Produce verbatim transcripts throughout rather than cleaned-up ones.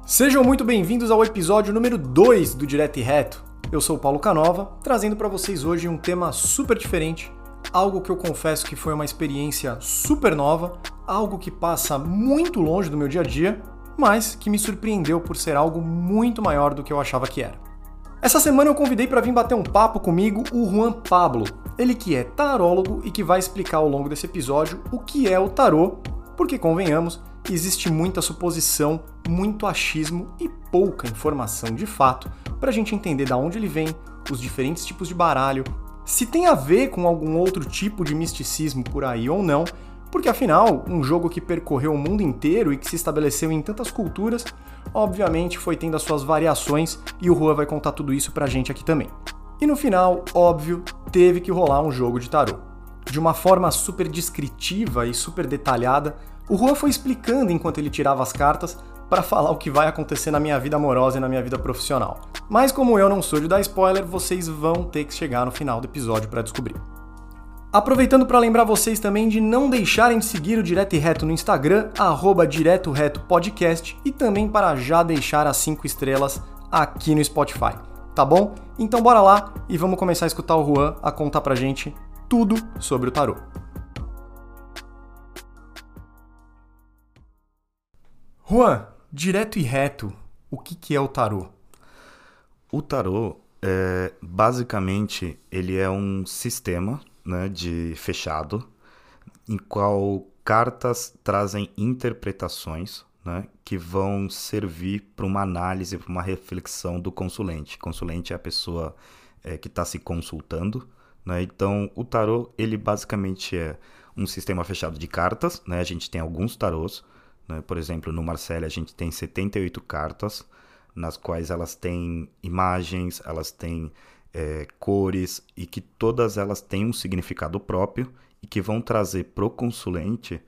Sejam muito bem-vindos ao episódio número dois do Direto e Reto. Eu sou o Paulo Canova, trazendo para vocês hoje um tema super diferente, algo que eu confesso que foi uma experiência super nova, algo que passa muito longe do meu dia a dia, mas que me surpreendeu por ser algo muito maior do que eu achava que era. Essa semana eu convidei para vir bater um papo comigo o Juan Pablo, ele que é tarólogo e que vai explicar ao longo desse episódio o que é o tarô, porque convenhamos, existe muita suposição, muito achismo e pouca informação de fato para a gente entender de onde ele vem, os diferentes tipos de baralho, se tem a ver com algum outro tipo de misticismo por aí ou não, porque afinal, um jogo que percorreu o mundo inteiro e que se estabeleceu em tantas culturas, obviamente foi tendo as suas variações e o Juan vai contar tudo isso pra gente aqui também. E no final, óbvio, teve que rolar um jogo de tarô. De uma forma super descritiva e super detalhada, o Juan foi explicando enquanto ele tirava as cartas para falar o que vai acontecer na minha vida amorosa e na minha vida profissional. Mas como eu não sou de dar spoiler, vocês vão ter que chegar no final do episódio para descobrir. Aproveitando para lembrar vocês também de não deixarem de seguir o Direto e Reto no Instagram, arroba Direto Reto Podcast, e também para já deixar as cinco estrelas aqui no Spotify, tá bom? Então bora lá e vamos começar a escutar o Juan a contar pra gente tudo sobre o tarô. Juan, direto e reto, o que, que é o tarô? O tarô, é, basicamente, ele é um sistema, né, de fechado, em qual cartas trazem interpretações, né, que vão servir para uma análise, para uma reflexão do consulente. O consulente é a pessoa é, que está se consultando, né? Então, o tarô, ele basicamente é um sistema fechado de cartas, né? A gente tem alguns tarôs. Por exemplo, no Marselha a gente tem setenta e oito cartas, nas quais elas têm imagens, elas têm é, cores, e que todas elas têm um significado próprio e que vão trazer para o consulente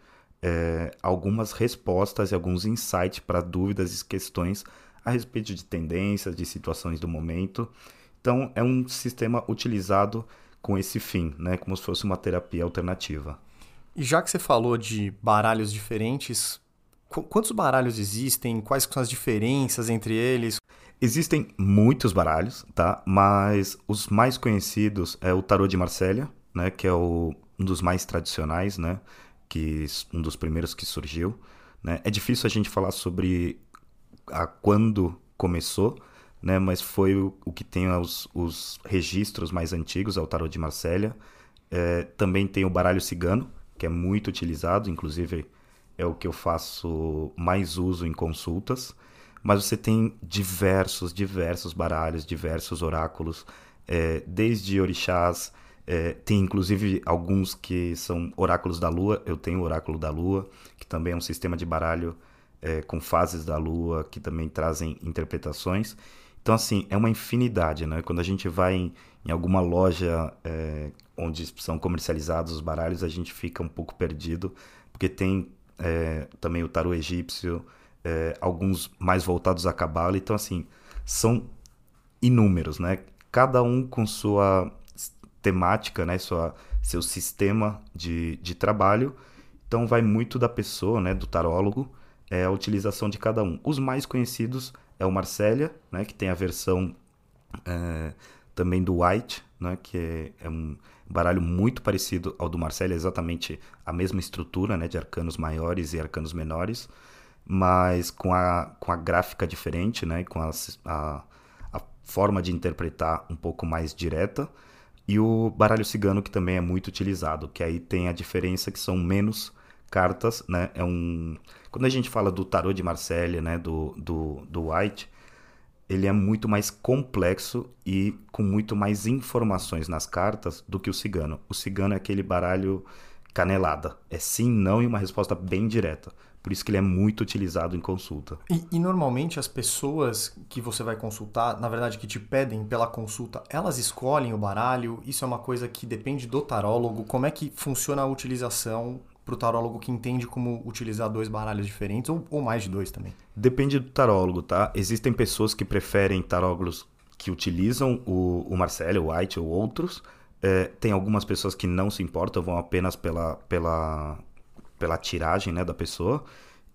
é, algumas respostas e alguns insights para dúvidas e questões a respeito de tendências, de situações do momento. Então, é um sistema utilizado com esse fim, né? Como se fosse uma terapia alternativa. E já que você falou de baralhos diferentes, quantos baralhos existem? Quais são as diferenças entre eles? Existem muitos baralhos, tá? Mas os mais conhecidos é o tarô de Marselha, né? Que é o, um dos mais tradicionais, né? Que, um dos primeiros que surgiu, né? É difícil a gente falar sobre a quando começou, né? Mas foi o, o que tem os, os registros mais antigos, é o tarô de Marselha. É, também tem o baralho cigano, que é muito utilizado, inclusive é o que eu faço mais uso em consultas, mas você tem diversos, diversos baralhos, diversos oráculos, é, desde orixás, é, tem inclusive alguns que são oráculos da lua. Eu tenho o oráculo da lua, que também é um sistema de baralho é, com fases da lua, que também trazem interpretações. Então, assim, é uma infinidade, né? Quando a gente vai em, em alguma loja é, onde são comercializados os baralhos, a gente fica um pouco perdido, porque tem É, também o tarô egípcio, é, alguns mais voltados à cabala. Então, assim, são inúmeros, né? Cada um com sua temática, né? Sua, seu sistema de, de trabalho. Então, vai muito da pessoa, né? Do tarólogo, é, a utilização de cada um. Os mais conhecidos é o Marselha, né? Que tem a versão é, também do White, né? Que é, é um baralho muito parecido ao do Marselha, exatamente a mesma estrutura, né, de arcanos maiores e arcanos menores, mas com a, com a gráfica diferente, né, com a, a, a forma de interpretar um pouco mais direta. E o baralho cigano, que também é muito utilizado, que aí tem a diferença que são menos cartas, né, é um... Quando a gente fala do tarô de Marselha, né, do, do, do White, ele é muito mais complexo e com muito mais informações nas cartas do que o cigano. O cigano é aquele baralho canelada. É sim, não e uma resposta bem direta. Por isso que ele é muito utilizado em consulta. E, e normalmente as pessoas que você vai consultar, na verdade que te pedem pela consulta, elas escolhem o baralho? Isso é uma coisa que depende do tarólogo? Como é que funciona a utilização para o tarólogo que entende como utilizar dois baralhos diferentes, ou, ou mais de dois também? Depende do tarólogo, tá? Existem pessoas que preferem tarólogos que utilizam o, o Marselha, o White ou outros. É, tem algumas pessoas que não se importam, vão apenas pela, pela, pela tiragem, né, da pessoa.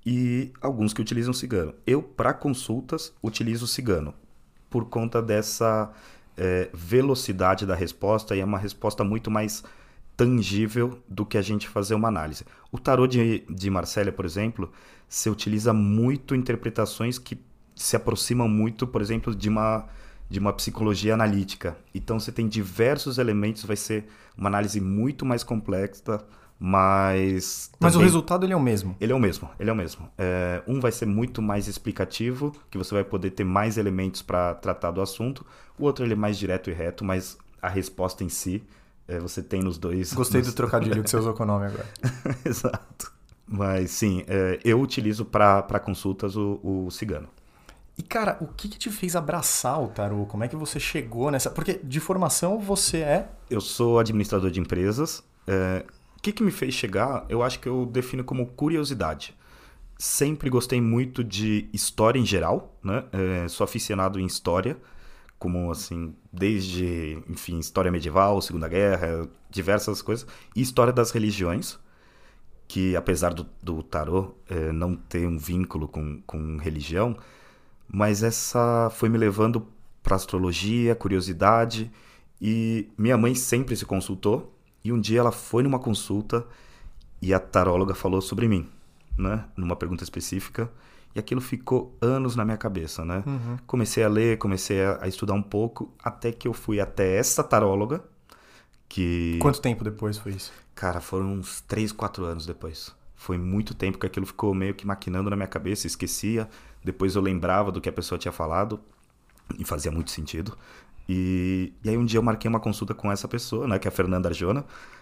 e alguns que utilizam cigano. Eu, para consultas, utilizo cigano, por conta dessa é, velocidade da resposta, e é uma resposta muito mais tangível do que a gente fazer uma análise. O tarô de, de Marsella, por exemplo, se utiliza muito interpretações que se aproximam muito, por exemplo, de uma, de uma psicologia analítica. Então você tem diversos elementos, vai ser uma análise muito mais complexa, mas... Mas também... o resultado ele é o mesmo? Ele é o mesmo, ele é o mesmo. É, um vai ser muito mais explicativo, que você vai poder ter mais elementos para tratar do assunto. O outro ele é mais direto e reto, mas a resposta em si, é, você tem nos dois. Gostei nos... do trocadilho que você usou com o nome agora. Exato. Mas sim, é, eu utilizo para consultas o, o cigano. E cara, o que, que te fez abraçar o tarô? Como é que você chegou nessa... Porque de formação você é... Eu sou administrador de empresas. É... O que, que me fez chegar, eu acho que eu defino como curiosidade. Sempre gostei muito de história em geral, né? É, sou aficionado em história, como assim, desde, enfim, história medieval, Segunda Guerra, diversas coisas. E história das religiões, que apesar do, do tarô é, não ter um vínculo com, com religião, mas essa foi me levando para astrologia, curiosidade, e minha mãe sempre se consultou. E um dia ela foi numa consulta e a taróloga falou sobre mim, né? Numa pergunta específica. E aquilo ficou anos na minha cabeça, né? Uhum. Comecei a ler, comecei a estudar um pouco, até que eu fui até essa taróloga, que... Quanto tempo depois foi isso? Cara, foram uns três, quatro anos depois. Foi muito tempo que aquilo ficou meio que maquinando na minha cabeça, esquecia. Depois eu lembrava do que a pessoa tinha falado e fazia muito sentido. E, e aí um dia eu marquei uma consulta com essa pessoa, né, que é a Fernanda Arjona,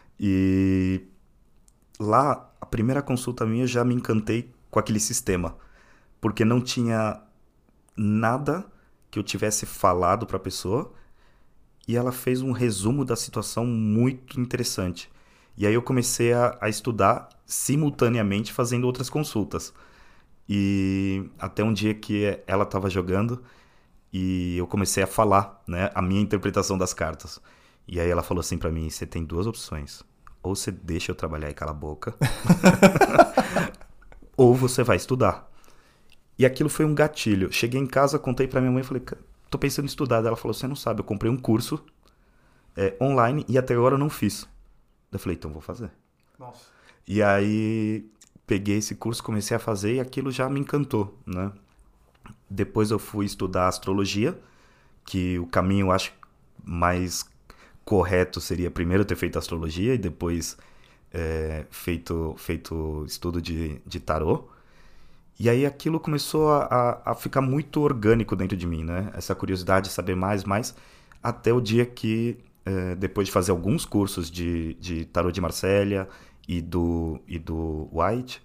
e lá, a primeira consulta minha, eu já me encantei com aquele sistema, porque não tinha nada que eu tivesse falado para a pessoa, e ela fez um resumo da situação muito interessante. E aí eu comecei a, a estudar simultaneamente fazendo outras consultas. E até um dia que ela estava jogando, e eu comecei a falar, né, a minha interpretação das cartas. E aí ela falou assim pra mim, você tem duas opções. Ou você deixa eu trabalhar e cala a boca, ou você vai estudar. E aquilo foi um gatilho. Cheguei em casa, contei pra minha mãe e falei, tô pensando em estudar. Ela falou, você não sabe, eu comprei um curso é, online e até agora eu não fiz. Eu falei, então vou fazer. Nossa. E aí peguei esse curso, comecei a fazer e aquilo já me encantou, né? Depois eu fui estudar astrologia, que o caminho eu acho mais correto seria primeiro ter feito astrologia e depois é, feito, feito estudo de, de tarô. E aí aquilo começou a, a, a ficar muito orgânico dentro de mim, né? Essa curiosidade de saber mais, mais, até o dia que, é, depois de fazer alguns cursos de, de tarô de Marsella e do, e do White,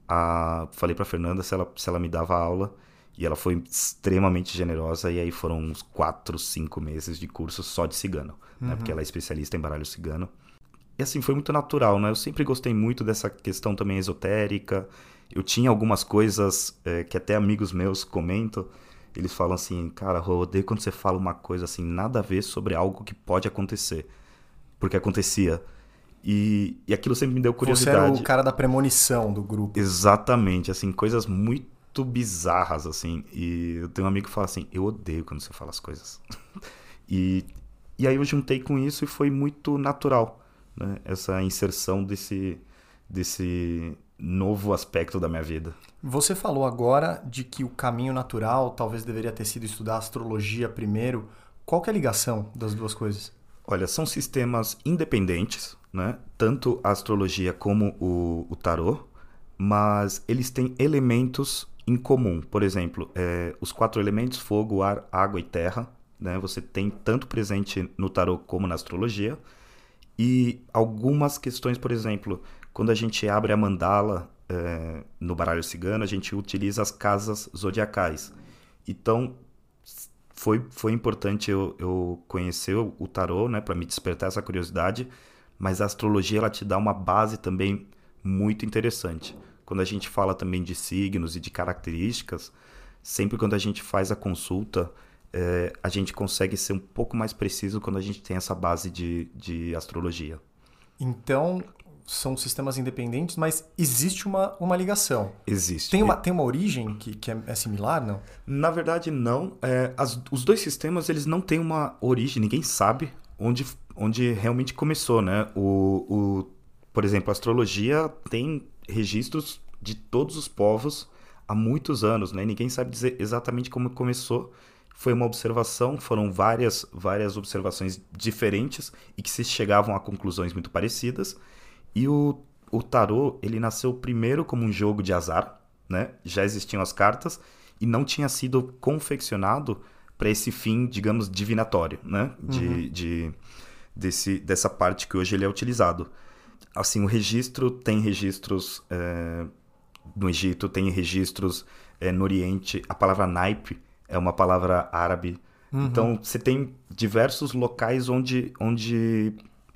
a, falei pra Fernanda se ela, se ela me dava aula. E ela foi extremamente generosa, e aí foram uns quatro, cinco meses de curso só de cigano, uhum. né? Porque ela é especialista em baralho cigano. E assim, foi muito natural, né? Eu sempre gostei muito dessa questão também esotérica. Eu tinha algumas coisas é, que até amigos meus comentam. Eles falam assim, cara, eu odeio quando você fala uma coisa assim, nada a ver sobre algo que pode acontecer. Porque acontecia. E, e aquilo sempre me deu curiosidade. Você era o cara da premonição do grupo. Exatamente, assim, coisas muito bizarras, assim, e eu tenho um amigo que fala assim, eu odeio quando você fala as coisas. e, e aí eu juntei com isso e foi muito natural, né? Essa inserção desse, desse novo aspecto da minha vida. Você falou agora de que o caminho natural talvez deveria ter sido estudar astrologia primeiro. Qual que é a ligação das duas coisas? Olha, são sistemas independentes, né? Tanto a astrologia como o, o tarô, mas eles têm elementos em comum. Por exemplo, é, os quatro elementos, fogo, ar, água e terra, né? Você tem tanto presente no tarô como na astrologia. E algumas questões, por exemplo, quando a gente abre a mandala é, no baralho cigano, a gente utiliza as casas zodiacais. Então, foi, foi importante eu, eu conhecer o, o tarô, né, para me despertar essa curiosidade, mas a astrologia ela te dá uma base também muito interessante. Quando a gente fala também de signos e de características, sempre quando a gente faz a consulta, é, a gente consegue ser um pouco mais preciso quando a gente tem essa base de, de astrologia. Então, são sistemas independentes, mas existe uma, uma ligação. Existe. Tem uma, tem uma origem que, que é, é similar, não? Na verdade, não. É, as, os dois sistemas, eles não têm uma origem, ninguém sabe onde, onde realmente começou, né? O, o, por exemplo, a astrologia tem registros de todos os povos há muitos anos, né? Ninguém sabe dizer exatamente como começou. Foi uma observação, foram várias, várias observações diferentes e que se chegavam a conclusões muito parecidas. E o, o tarô, ele nasceu primeiro como um jogo de azar, né? Já existiam as cartas e não tinha sido confeccionado para esse fim, digamos, divinatório, né? De, uhum. de, desse, dessa parte que hoje ele é utilizado. Assim, o registro tem registros é, no Egito, tem registros é, no Oriente. A palavra naipe é uma palavra árabe. Uhum. Então, você tem diversos locais onde... onde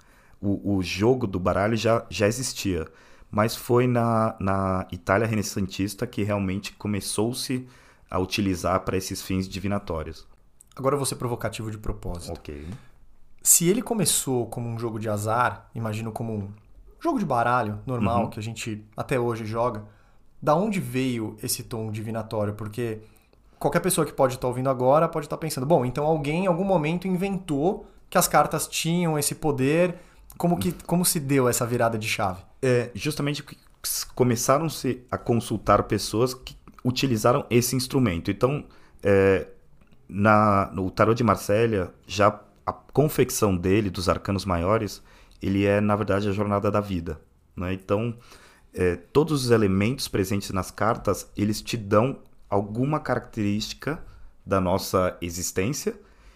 O, o jogo do baralho já, já existia, mas foi na, na Itália renascentista que realmente começou-se a utilizar para esses fins divinatórios. Agora eu vou ser provocativo de propósito. Ok. Se ele começou como um jogo de azar, imagino como um jogo de baralho normal, uhum. que a gente até hoje joga, da onde veio esse tom divinatório? Porque qualquer pessoa que pode estar ouvindo agora pode estar pensando, bom, então alguém em algum momento inventou que as cartas tinham esse poder... Como, que, como se deu essa virada de chave? É justamente porque começaram-se a consultar pessoas que utilizaram esse instrumento. Então, é, na, no Tarô de Marsella, já a confecção dele, dos arcanos maiores, ele é, na verdade, a jornada da vida, né? Então, é, todos os elementos presentes nas cartas, eles te dão alguma característica da nossa existência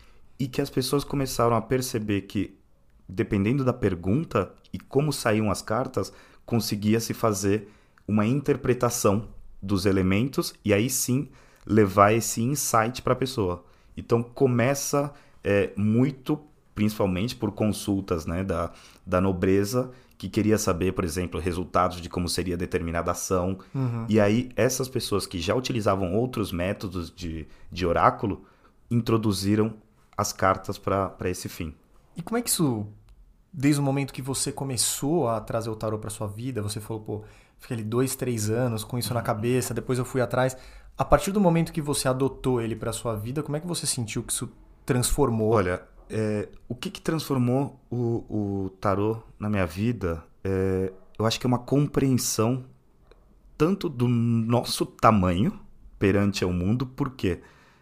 e que as pessoas começaram a perceber que dependendo da pergunta e como saíam as cartas, conseguia-se fazer uma interpretação dos elementos e aí sim levar esse insight para a pessoa. Então começa é, muito, principalmente por consultas, né, da, da nobreza, que queria saber, por exemplo, resultados de como seria determinada ação. Uhum. E aí essas pessoas que já utilizavam outros métodos de, de oráculo introduziram as cartas para esse fim. E como é que isso, desde o momento que você começou a trazer o tarô para sua vida, você falou, pô, fiquei ali dois, três anos com isso na cabeça, depois eu fui atrás. A partir do momento que você adotou ele para sua vida, como é que você sentiu que isso transformou? Olha, é, o que, que transformou o, o tarô na minha vida, é, eu acho que é uma compreensão tanto do nosso tamanho perante ao mundo, porque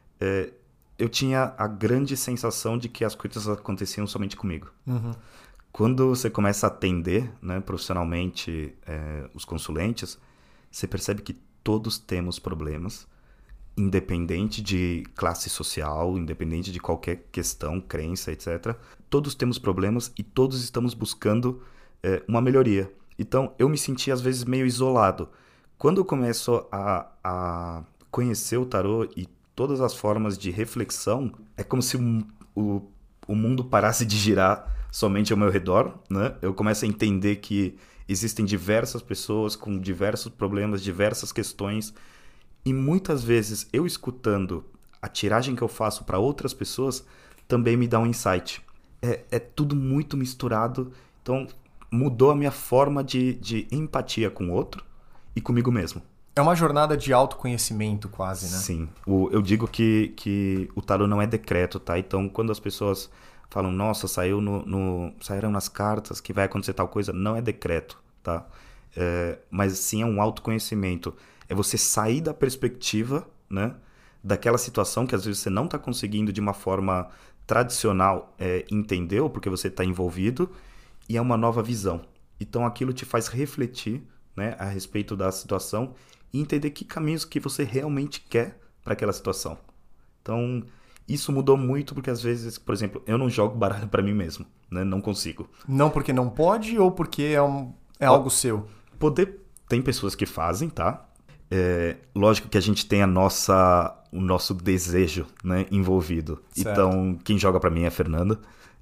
é, eu tinha a grande sensação de que as coisas aconteciam somente comigo. Uhum. Quando você começa a atender, né, profissionalmente é, os consulentes, você percebe que todos temos problemas, independente de classe social, independente de qualquer questão, crença, etcétera. Todos temos problemas e todos estamos buscando é, uma melhoria. Então, eu me senti, às vezes, meio isolado. Quando eu começo a, a conhecer o tarô e todas as formas de reflexão, é como se o, o, o mundo parasse de girar somente ao meu redor, né? Eu começo a entender que existem diversas pessoas com diversos problemas, diversas questões, e muitas vezes eu escutando a tiragem que eu faço para outras pessoas também me dá um insight. É, é tudo muito misturado, então mudou a minha forma de, de empatia com o outro e comigo mesmo. É uma jornada de autoconhecimento quase, né? Sim. O, eu digo que, que o tarô não é decreto, tá? Então, quando as pessoas falam, nossa, saiu no, no, saíram nas cartas que vai acontecer tal coisa, não é decreto, tá? É, mas sim é um autoconhecimento. É você sair da perspectiva, né, daquela situação que às vezes você não está conseguindo de uma forma tradicional é, entender, ou porque você está envolvido, e é uma nova visão. Então, aquilo te faz refletir, né, a respeito da situação e entender que caminhos que você realmente quer para aquela situação. Então, isso mudou muito porque às vezes, por exemplo, eu não jogo baralho para mim mesmo, né? Não consigo. Não porque não pode ou porque é, um, é algo seu? Poder, tem pessoas que fazem, tá? É, lógico que a gente tem a nossa, o nosso desejo, né, envolvido. Certo. Então, quem joga para mim é a Fernanda.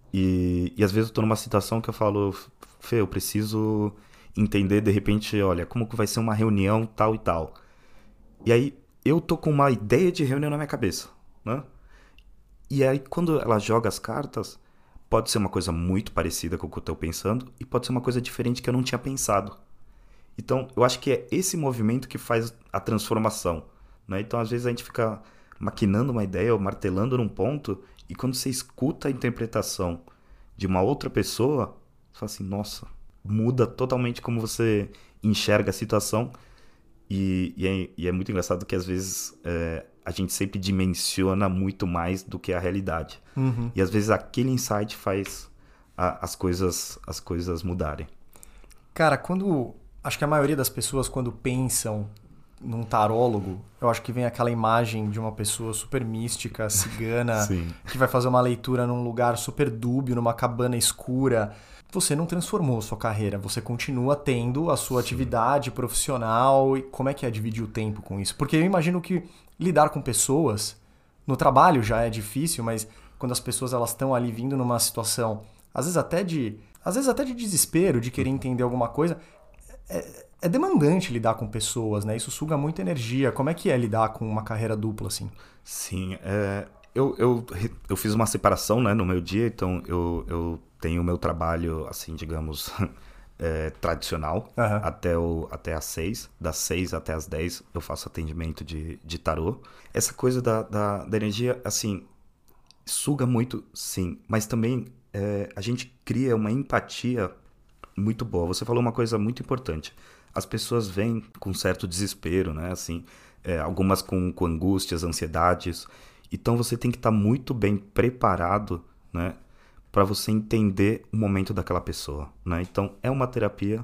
E, e às vezes eu tô numa situação que eu falo, Fê, eu preciso entender, de repente, olha, como que vai ser uma reunião tal e tal. E aí eu tô com uma ideia de reunião na minha cabeça, né? E aí quando ela joga as cartas, pode ser uma coisa muito parecida com o que eu estou pensando e pode ser uma coisa diferente que eu não tinha pensado. Então, eu acho que é esse movimento que faz a transformação, né? Então, às vezes a gente fica maquinando uma ideia ou martelando num ponto e quando você escuta a interpretação de uma outra pessoa, você fala assim, nossa, muda totalmente como você enxerga a situação e, e, é, e é muito engraçado que às vezes é, a gente sempre dimensiona muito mais do que a realidade. Uhum. E às vezes aquele insight faz a, as, coisas, as coisas mudarem. Cara, quando... Acho que a maioria das pessoas, quando pensam num tarólogo, eu acho que vem aquela imagem de uma pessoa super mística, cigana, que vai fazer uma leitura num lugar super dúbio, numa cabana escura. Você não transformou sua carreira, você continua tendo a sua Sim. atividade profissional. E como é que é dividir o tempo com isso? Porque eu imagino que lidar com pessoas, no trabalho já é difícil, mas quando as pessoas elas estão ali vindo numa situação, às vezes até de, às vezes até de desespero, de querer entender alguma coisa... É, é demandante lidar com pessoas, né? Isso suga muita energia. Como é que é lidar com uma carreira dupla, assim? Sim, é, eu, eu, eu fiz uma separação, né, no meu dia, então eu, eu tenho o meu trabalho, assim, digamos, é, tradicional, uhum. até, o, até às seis, das seis até às dez eu faço atendimento de, de tarô. Essa coisa da, da, da energia, assim, suga muito, sim, mas também é, a gente cria uma empatia muito boa. Você falou uma coisa muito importante. As pessoas vêm com certo desespero, né? Assim, é, algumas com, com angústias, ansiedades. Então você tem que estar muito bem preparado, né? Para você entender o momento daquela pessoa, né? Então é uma terapia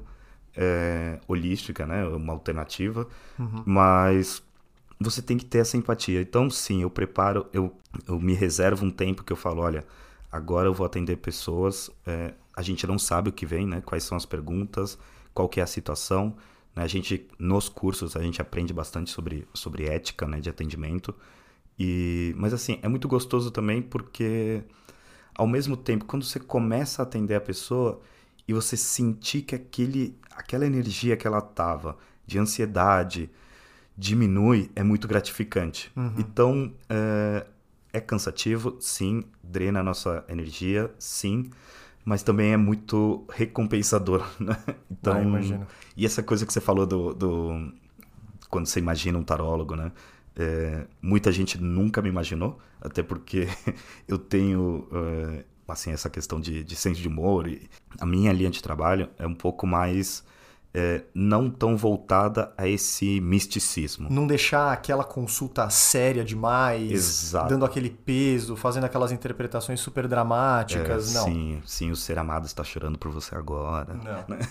é, holística, né? Uma alternativa, uhum. mas você tem que ter essa empatia. Então sim, eu preparo, eu, eu me reservo um tempo que eu falo, olha, agora eu vou atender pessoas... É, a gente não sabe o que vem, né? Quais são as perguntas, qual que é a situação. Né? A gente, nos cursos, a gente aprende bastante sobre, sobre ética, né? De atendimento. E, mas assim, é muito gostoso também porque, ao mesmo tempo, quando você começa a atender a pessoa e você sentir que aquele, aquela energia que ela tava, de ansiedade, diminui, é muito gratificante. Uhum. Então, é, é cansativo, sim, drena a nossa energia, sim, mas também é muito recompensador, né? Então, ah, imagino. E essa coisa que você falou do, do quando você imagina um tarólogo, né? É, muita gente nunca me imaginou, até porque eu tenho é, assim, essa questão de, de senso de humor. E a minha linha de trabalho é um pouco mais é, não tão voltada a esse misticismo. Não deixar aquela consulta séria demais, Exato. Dando aquele peso, fazendo aquelas interpretações super dramáticas, é, não. Sim, sim, o ser amado está chorando por você agora. Não. Né?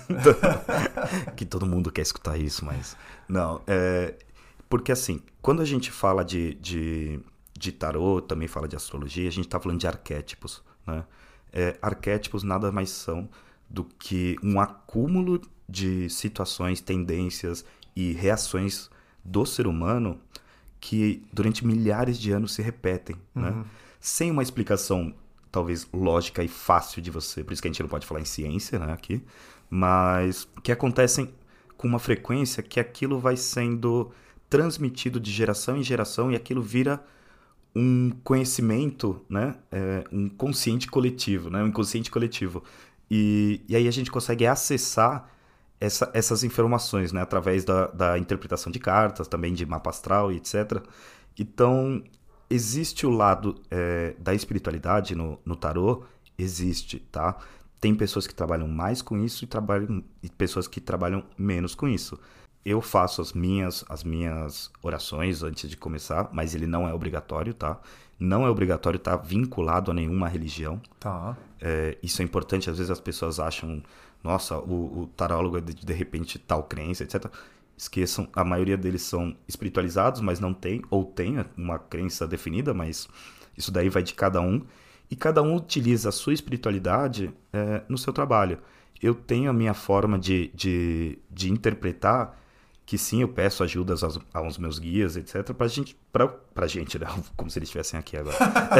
Que todo mundo quer escutar isso, mas... Não, é... Porque assim, quando a gente fala de, de, de tarô, também fala de astrologia, a gente está falando de arquétipos, né? É, arquétipos nada mais são do que um acúmulo de situações, tendências e reações do ser humano que durante milhares de anos se repetem, uhum. né? Sem uma explicação talvez lógica e fácil de você, por isso que a gente não pode falar em ciência, né, aqui, mas que acontecem com uma frequência que aquilo vai sendo transmitido de geração em geração e aquilo vira um conhecimento, né, é, um consciente coletivo, né, um inconsciente coletivo. E, e aí a gente consegue acessar essa, essas informações, né, através da, da interpretação de cartas, também de mapa astral e etcétera. Então, existe o lado é, da espiritualidade no, no tarô? Existe, tá? Tem pessoas que trabalham mais com isso e, trabalham, e pessoas que trabalham menos com isso. Eu faço as minhas, as minhas orações antes de começar, mas ele não é obrigatório, tá? Não é obrigatório estar vinculado a nenhuma religião. Tá. É, isso é importante. Às vezes as pessoas acham, nossa, o, o tarólogo é de, de repente tal crença, etcétera. Esqueçam, a maioria deles são espiritualizados, mas não tem, ou tem uma crença definida, mas isso daí vai de cada um. E cada um utiliza a sua espiritualidade é, no seu trabalho. Eu tenho a minha forma de, de, de interpretar, que sim, eu peço ajudas aos, aos meus guias, etcétera, pra gente, pra, pra gente, né? Como se eles estivessem aqui agora.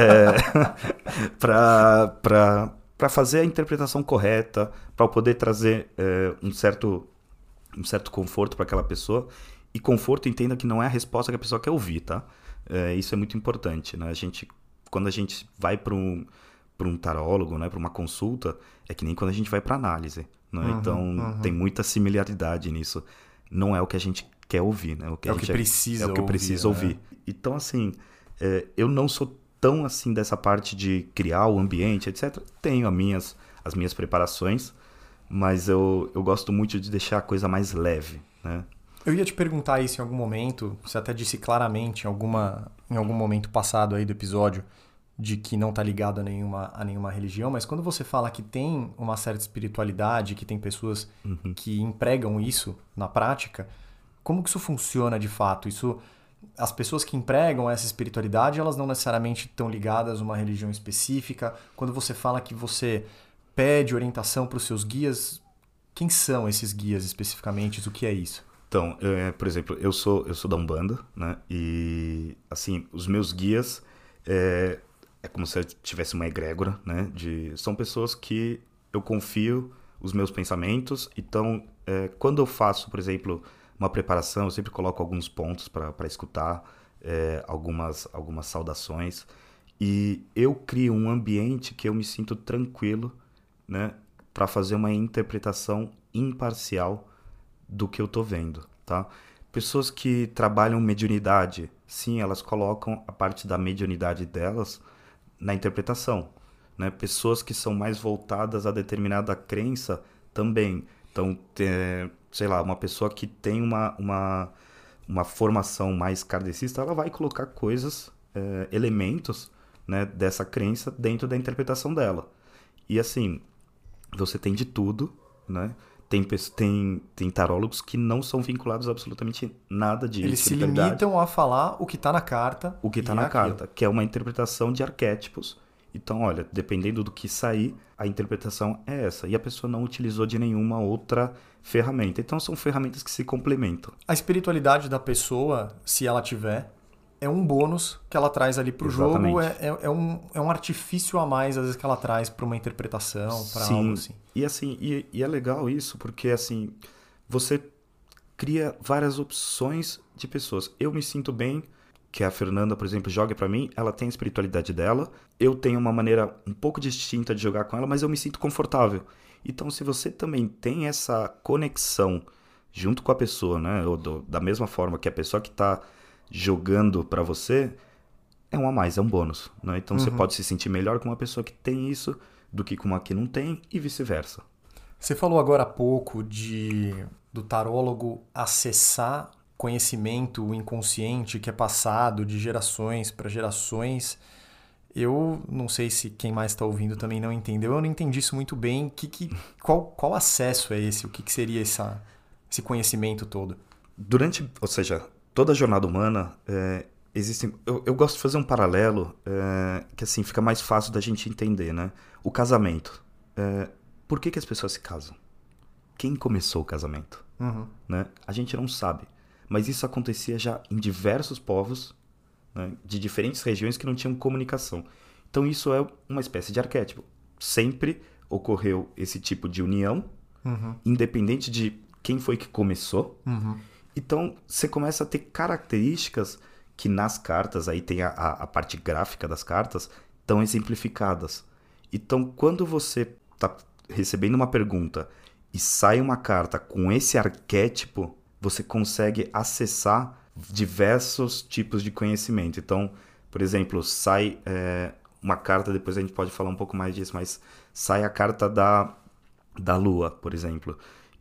é, pra, pra, pra fazer a interpretação correta, para poder trazer é, um, certo, um certo conforto para aquela pessoa. E conforto, entenda que não é a resposta que a pessoa quer ouvir, tá? É, isso é muito importante, né? A gente, quando a gente vai para um, para um tarólogo, né, para uma consulta, é que nem quando a gente vai para análise. Né? Uhum, então, uhum. tem muita similaridade nisso. Não é o que a gente quer ouvir, né? O que é, a o gente que precisa é, é o que ouvir, precisa ouvir. Né? Então, assim, é, eu não sou tão assim dessa parte de criar o ambiente, etcétera. Tenho as minhas, as minhas preparações, mas eu, eu gosto muito de deixar a coisa mais leve, né? Eu ia te perguntar isso em algum momento, você até disse claramente em, alguma, em algum momento passado aí do episódio, de que não está ligado a nenhuma, a nenhuma religião, mas quando você fala que tem uma certa espiritualidade, que tem pessoas uhum. que empregam isso na prática, como que isso funciona de fato? Isso, as pessoas que empregam essa espiritualidade, elas não necessariamente estão ligadas a uma religião específica. Quando você fala que você pede orientação para os seus guias, quem são esses guias especificamente? O que é isso? Então, é, por exemplo, eu sou, eu sou da Umbanda, né? E, assim, os meus guias... É, É como se eu tivesse uma egrégora, né? De, são pessoas que eu confio os meus pensamentos. Então, é, quando eu faço, por exemplo, uma preparação, eu sempre coloco alguns pontos para escutar, é, algumas, algumas saudações. E eu crio um ambiente que eu me sinto tranquilo, né? Para fazer uma interpretação imparcial do que eu estou vendo, tá? Pessoas que trabalham mediunidade, sim, elas colocam a parte da mediunidade delas na interpretação, né? Pessoas que são mais voltadas a determinada crença também. Então, é, sei lá, uma pessoa que tem uma, uma, uma formação mais kardecista, ela vai colocar coisas, é, elementos, né, dessa crença dentro da interpretação dela. E assim, você tem de tudo, né? Tem, tem, tem tarólogos que não são vinculados a absolutamente nada de Eles se limitam a falar o que está na carta. O que está na é carta, que é uma interpretação de arquétipos. Então, olha, dependendo do que sair, a interpretação é essa. E a pessoa não utilizou de nenhuma outra ferramenta. Então, são ferramentas que se complementam. A espiritualidade da pessoa, se ela tiver, é um bônus que ela traz ali para o jogo. É, é, é, um, é um artifício a mais, às vezes, que ela traz para uma interpretação, para algo assim. E, assim e, e é legal isso, porque assim, você cria várias opções de pessoas. Eu me sinto bem que a Fernanda, por exemplo, joga para mim, ela tem a espiritualidade dela, eu tenho uma maneira um pouco distinta de jogar com ela, mas eu me sinto confortável. Então, se você também tem essa conexão junto com a pessoa, né, ou do, da mesma forma que a pessoa que está jogando para você, é um a mais, é um bônus, né? Então, uhum. você pode se sentir melhor com uma pessoa que tem isso do que com uma que não tem e vice-versa. Você falou agora há pouco de, do tarólogo acessar conhecimento inconsciente que é passado de gerações para gerações. Eu não sei se quem mais está ouvindo também não entendeu. Eu não entendi isso muito bem. Que, que, qual, qual acesso é esse? O que, que seria essa, esse conhecimento todo? Durante, ou seja, toda a jornada humana, é, existem... Eu, eu gosto de fazer um paralelo é, que assim fica mais fácil da gente entender, né? O casamento. É, por que, que as pessoas se casam? Quem começou o casamento? Uhum. Né? A gente não sabe. Mas isso acontecia já em diversos povos, né, de diferentes regiões que não tinham comunicação. Então isso é uma espécie de arquétipo. Sempre ocorreu esse tipo de união, uhum. independente de quem foi que começou. Uhum. Então você começa a ter características que nas cartas, aí tem a, a, a parte gráfica das cartas, estão exemplificadas. Então quando você está recebendo uma pergunta e sai uma carta com esse arquétipo, você consegue acessar diversos tipos de conhecimento. Então, por exemplo, sai é, uma carta, depois a gente pode falar um pouco mais disso, mas sai a carta da, da Lua, por exemplo.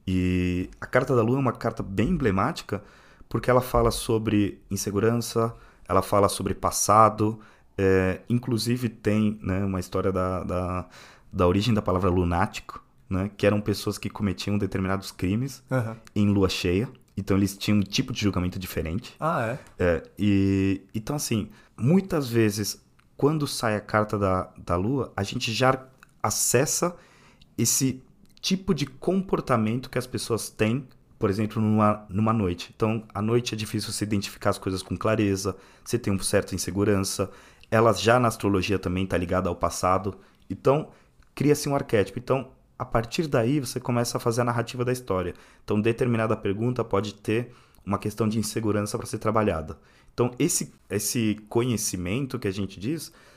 E a carta da Lua é uma carta bem emblemática, porque ela fala sobre insegurança, ela fala sobre passado, é, inclusive tem, né, uma história da, da, da origem da palavra lunático, né, que eram pessoas que cometiam determinados crimes uhum. em lua cheia. Então, eles tinham um tipo de julgamento diferente. Ah, é? É e, então, assim, muitas vezes, quando sai a carta da, da Lua, a gente já acessa esse tipo de comportamento que as pessoas têm, por exemplo, numa, numa noite. Então, à noite é difícil você identificar as coisas com clareza, você tem uma certa insegurança. Ela já na astrologia também está ligada ao passado. Então, cria-se um arquétipo. Então, a partir daí, você começa a fazer a narrativa da história. Então, determinada pergunta pode ter uma questão de insegurança para ser trabalhada. Então, esse, esse conhecimento que a gente diz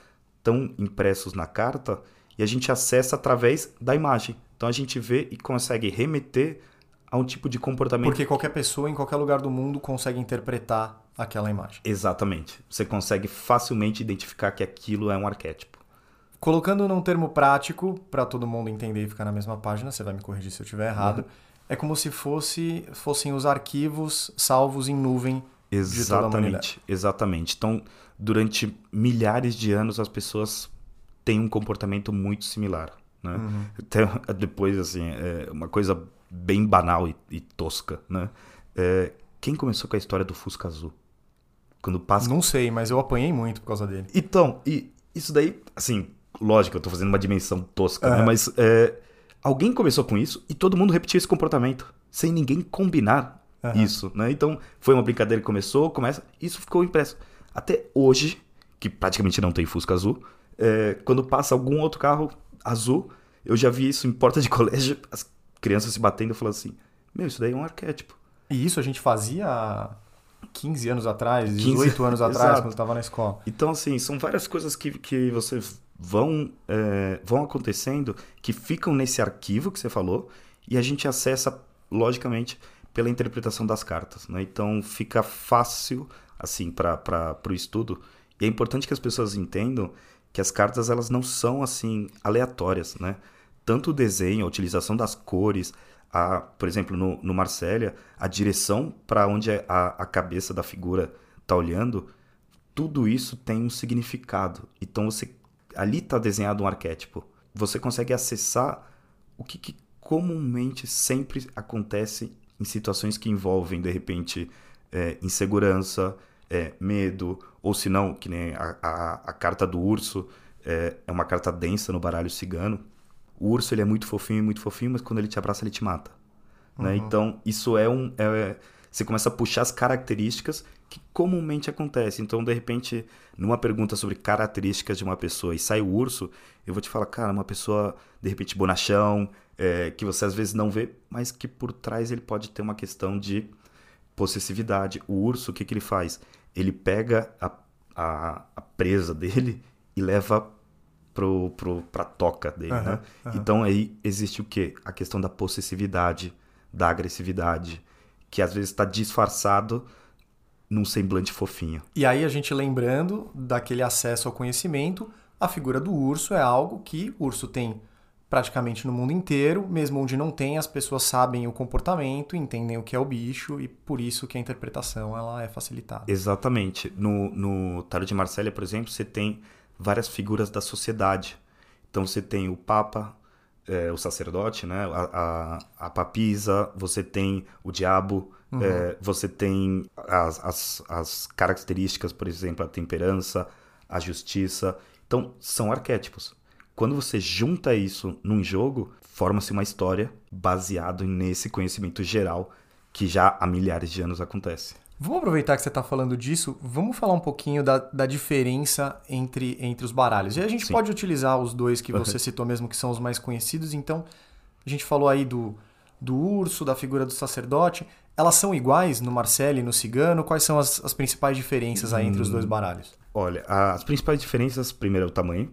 estão impressos na carta e a gente acessa através da imagem. Então a gente vê e consegue remeter a um tipo de comportamento. Porque qualquer pessoa em qualquer lugar do mundo consegue interpretar aquela imagem. Exatamente. Você consegue facilmente identificar que aquilo é um arquétipo. Colocando num termo prático, para todo mundo entender e ficar na mesma página, você vai me corrigir se eu estiver errado, uhum. É como se fosse, fossem os arquivos salvos em nuvem de toda a humanidade. Exatamente, exatamente. Então, durante milhares de anos, as pessoas têm um comportamento muito similar. Né? Uhum. Até depois, assim, é uma coisa bem banal e, e tosca. Né? É, quem começou com a história do Fusca Azul? Quando passa... Não sei, mas eu apanhei muito por causa dele. Então, e isso daí, assim, lógico, eu tô fazendo uma dimensão tosca, uhum. né? Mas é, alguém começou com isso e todo mundo repetiu esse comportamento, sem ninguém combinar uhum. isso, né? Então, foi uma brincadeira que começou, começa, isso ficou impresso. Até hoje, que praticamente não tem Fusca Azul, é, quando passa algum outro carro azul, eu já vi isso em porta de colégio, as crianças se batendo e falando assim, meu, isso daí é um arquétipo. E isso a gente fazia quinze anos atrás, dezoito anos atrás, quando estava na escola. Então, assim, são várias coisas que, que você vão, é, vão acontecendo, que ficam nesse arquivo que você falou, e a gente acessa, logicamente, pela interpretação das cartas. Né? Então, fica fácil, assim, para o estudo. E é importante que as pessoas entendam que as cartas, elas não são, assim, aleatórias, né? Tanto o desenho, a utilização das cores... A, por exemplo, no, no Marsella, a direção para onde a, a cabeça da figura está olhando, tudo isso tem um significado. Então, você, ali está desenhado um arquétipo. Você consegue acessar o que, que comumente sempre acontece em situações que envolvem, de repente, é, insegurança, é, medo, ou se não, que nem a, a, a carta do urso, é, é uma carta densa no baralho cigano. O urso, ele é muito fofinho, muito fofinho, mas quando ele te abraça, ele te mata. Uhum. Né? Então, isso é um... É, você começa a puxar as características que comumente acontecem. Então, de repente, numa pergunta sobre características de uma pessoa e sai o urso, eu vou te falar, cara, uma pessoa, de repente, bonachão, é, que você às vezes não vê, mas que por trás ele pode ter uma questão de possessividade. O urso, o que, que ele faz? Ele pega a, a, a presa dele e leva... Pro, pro, pra toca dele, uhum, né? Uhum. Então aí existe o quê? A questão da possessividade, da agressividade, que às vezes está disfarçado num semblante fofinho. E aí a gente lembrando daquele acesso ao conhecimento, a figura do urso é algo que o urso tem praticamente no mundo inteiro, mesmo onde não tem, as pessoas sabem o comportamento, entendem o que é o bicho e por isso que a interpretação ela é facilitada. Exatamente. No, no Tarot de Marsella, por exemplo, você tem várias figuras da sociedade. Então você tem o Papa, é, o sacerdote, né? a, a, a papisa, você tem o diabo, uhum. é, você tem as, as, as características, por exemplo, a temperança, a justiça. Então são arquétipos. Quando você junta isso num jogo, forma-se uma história baseada nesse conhecimento geral que já há milhares de anos acontece. Vamos aproveitar que você está falando disso, vamos falar um pouquinho da, da diferença entre, entre os baralhos. E a gente Sim. pode utilizar os dois que você uhum. citou mesmo, que são os mais conhecidos. Então, a gente falou aí do, do urso, da figura do sacerdote. Elas são iguais no Marsella e no cigano? Quais são as, as principais diferenças aí hum, entre os dois baralhos? Olha, as principais diferenças, primeiro é o tamanho.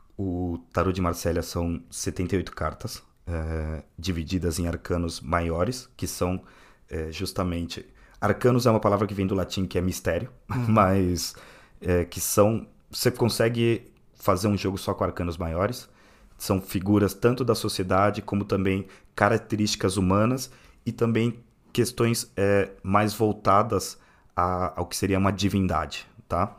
O tarô de Marsella são setenta e oito cartas, é, divididas em arcanos maiores, que são é, justamente... Arcanos é uma palavra que vem do latim, que é mistério, uhum. mas é, que são... Você consegue fazer um jogo só com arcanos maiores. São figuras tanto da sociedade, como também características humanas e também questões é, mais voltadas a, ao que seria uma divindade, tá?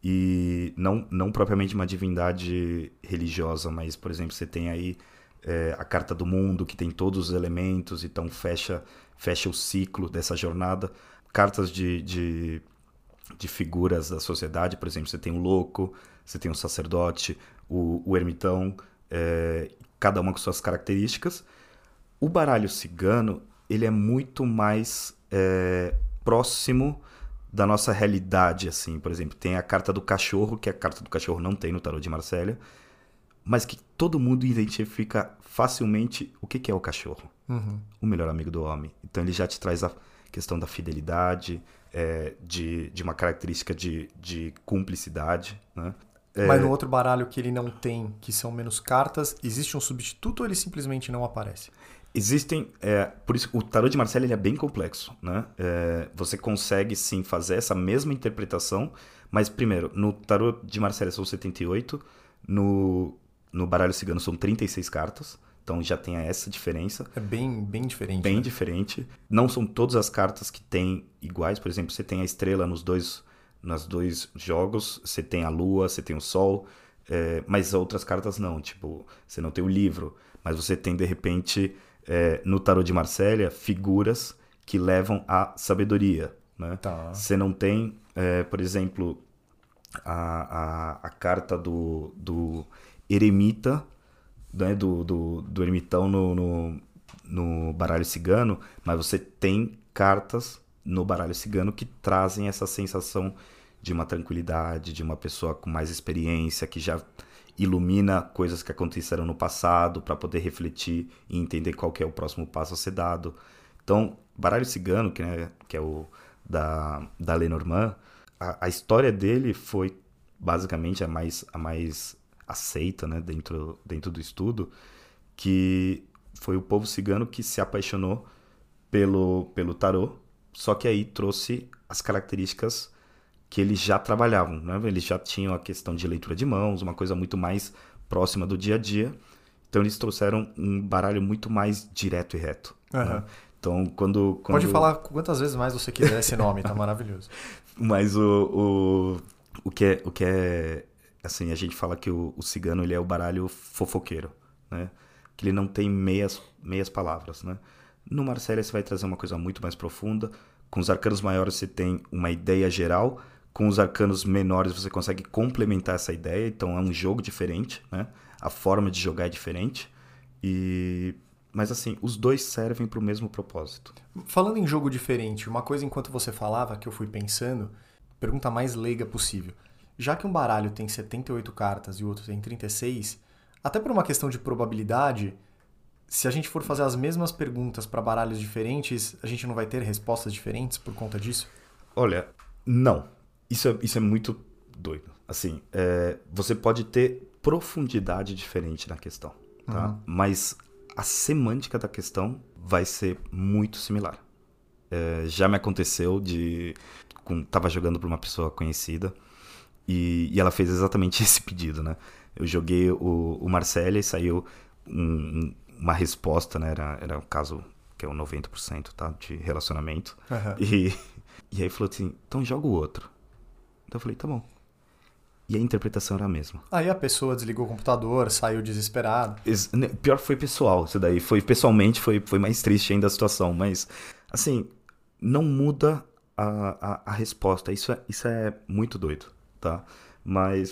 E não, não propriamente uma divindade religiosa, mas, por exemplo, você tem aí é, a Carta do Mundo, que tem todos os elementos, então fecha... fecha o ciclo dessa jornada. Cartas de, de, de figuras da sociedade, por exemplo, você tem o louco, você tem o sacerdote, o, o ermitão, é, cada uma com suas características. O baralho cigano, ele é muito mais é, próximo da nossa realidade, assim. Por exemplo, tem a carta do cachorro, que a carta do cachorro não tem no tarô de Marsella, mas que todo mundo identifica facilmente o que é o cachorro. Uhum. O melhor amigo do homem. Então ele já te traz a questão da fidelidade, é, de, de uma característica de, de cumplicidade, né? É... Mas no outro baralho que ele não tem, que são menos cartas, existe um substituto ou ele simplesmente não aparece? Existem, é, por isso o tarô de Marselha ele é bem complexo, né? É, você consegue sim fazer essa mesma interpretação, mas primeiro, no tarô de Marselha são setenta e oito, no, no baralho cigano são trinta e seis cartas, então já tem essa diferença. É bem, bem diferente. Bem né? diferente. Não são todas as cartas que tem iguais, por exemplo, você tem a estrela nos dois, nos dois jogos, você tem a lua, você tem o sol, é, mas outras cartas não, tipo, você não tem o livro, mas você tem de repente... É, no tarô de Marselha, figuras que levam à sabedoria. Né? Tá. Você não tem, é, por exemplo, a, a, a carta do, do eremita, né? do, do, do ermitão no, no, no baralho cigano, mas você tem cartas no baralho cigano que trazem essa sensação de uma tranquilidade, de uma pessoa com mais experiência, que já... ilumina coisas que aconteceram no passado para poder refletir e entender qual que é o próximo passo a ser dado. Então, baralho cigano, que, né, que é o da, da Lenormand, a, a história dele foi basicamente a mais, a mais aceita, né, dentro, dentro do estudo, que foi o povo cigano que se apaixonou pelo, pelo tarô, só que aí trouxe as características que eles já trabalhavam, né? Eles já tinham a questão de leitura de mãos, uma coisa muito mais próxima do dia a dia. Então eles trouxeram um baralho muito mais direto e reto. Uhum. Né? Então quando, quando... Pode falar quantas vezes mais você quiser esse nome, tá maravilhoso. Mas o, o, o, que é, o que é... Assim, a gente fala que o, o cigano ele é o baralho fofoqueiro, né? Que ele não tem meias, meias palavras, né? No Marselha você vai trazer uma coisa muito mais profunda. Com os arcanos maiores você tem uma ideia geral. Com os arcanos menores você consegue complementar essa ideia, então é um jogo diferente, né? A forma de jogar é diferente. E... Mas assim, os dois servem para o mesmo propósito. Falando em jogo diferente, uma coisa enquanto você falava que eu fui pensando, pergunta mais leiga possível. Já que um baralho tem setenta e oito cartas e o outro tem trinta e seis, até por uma questão de probabilidade, se a gente for fazer as mesmas perguntas para baralhos diferentes, a gente não vai ter respostas diferentes por conta disso? Olha, não. Isso é, isso é muito doido. Assim, é, você pode ter profundidade diferente na questão, tá? Uhum. Mas a semântica da questão vai ser muito similar. É, já me aconteceu de... Com, tava jogando para uma pessoa conhecida e, e ela fez exatamente esse pedido, né? Eu joguei o, o Marselha e saiu um, um, uma resposta, né? Era, era um caso que é o noventa por cento, tá? De relacionamento. Uhum. E, e aí falou assim, então joga o outro. Então eu falei, tá bom. E a interpretação era a mesma. Aí a pessoa desligou o computador, saiu desesperada. Es, pior foi pessoal, isso daí. Foi, pessoalmente foi, foi mais triste ainda a situação. Mas, assim, não muda a, a, a resposta. Isso é, isso é muito doido, tá? Mas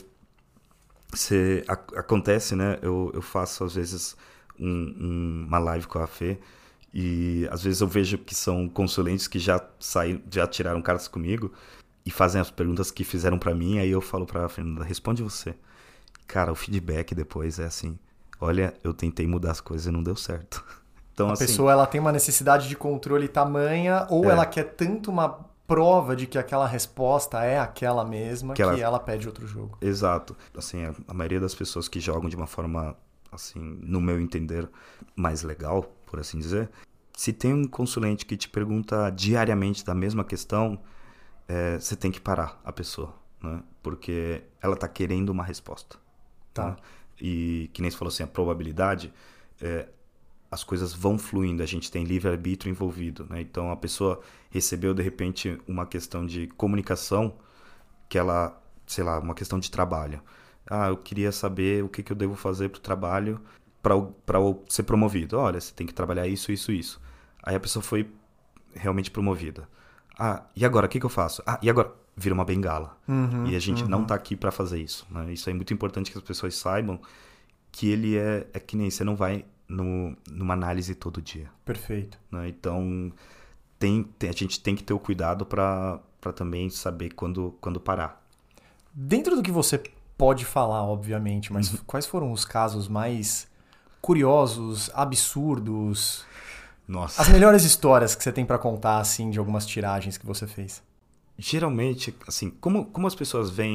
se, a, acontece, né? Eu, eu faço, às vezes, um, um, uma live com a Fê. E, às vezes, eu vejo que são consulentes que já, saíram, já tiraram cartas comigo. E fazem as perguntas que fizeram pra mim, aí eu falo pra Fernanda, responde você. Cara, o feedback depois é assim, olha, eu tentei mudar as coisas e não deu certo. Então, a assim, pessoa ela tem uma necessidade de controle tamanha, ou é. ela quer tanto uma prova de que aquela resposta é aquela mesma, que, que ela... ela pede outro jogo. Exato. Assim, a, a maioria das pessoas que jogam de uma forma, assim, no meu entender, mais legal, por assim dizer, se tem um consulente que te pergunta diariamente da mesma questão... É, você tem que parar a pessoa, né? Porque ela está querendo uma resposta. Tá. Né? E que nem você falou assim, a probabilidade, é, as coisas vão fluindo, a gente tem livre-arbítrio envolvido. Né? Então a pessoa recebeu de repente uma questão de comunicação, que ela, sei lá, uma questão de trabalho. Ah, eu queria saber o que, que eu devo fazer para o trabalho para ser promovido. Olha, você tem que trabalhar isso, isso, isso. Aí a pessoa foi realmente promovida. Ah, e agora, o que, que eu faço? Ah, e agora? Vira uma bengala. Uhum, e a gente uhum. não tá aqui para fazer isso. Né? Isso é muito importante que as pessoas saibam que ele é, é que nem você não vai no, numa análise todo dia. Perfeito. Né? Então, tem, tem, a gente tem que ter o cuidado para também saber quando, quando parar. Dentro do que você pode falar, obviamente, mas uhum. quais foram os casos mais curiosos, absurdos... Nossa. As melhores histórias que você tem pra contar, assim, de algumas tiragens que você fez? Geralmente, assim, como, como as pessoas veem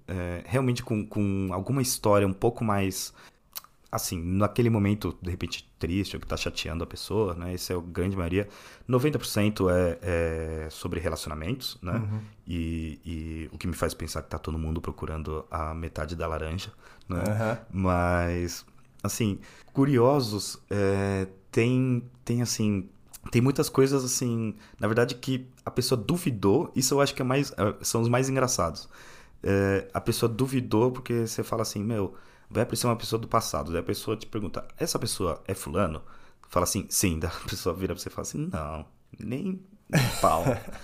é, realmente com, com alguma história um pouco mais, assim, naquele momento, de repente, triste, ou que tá chateando a pessoa, né? Esse é a grande maioria. noventa por cento é, é sobre relacionamentos, né? Uhum. E, e o que me faz pensar que tá todo mundo procurando a metade da laranja, né? Uhum. Mas, assim, curiosos, é, tem, tem, assim... Tem muitas coisas, assim, na verdade, que a pessoa duvidou. Isso eu acho que é mais, são os mais engraçados. É, a pessoa duvidou porque você fala assim, meu, vai aparecer uma pessoa do passado. Daí a pessoa te pergunta, essa pessoa é fulano? Fala assim, sim. Daí a pessoa vira pra você e fala assim, não, nem, nem pau.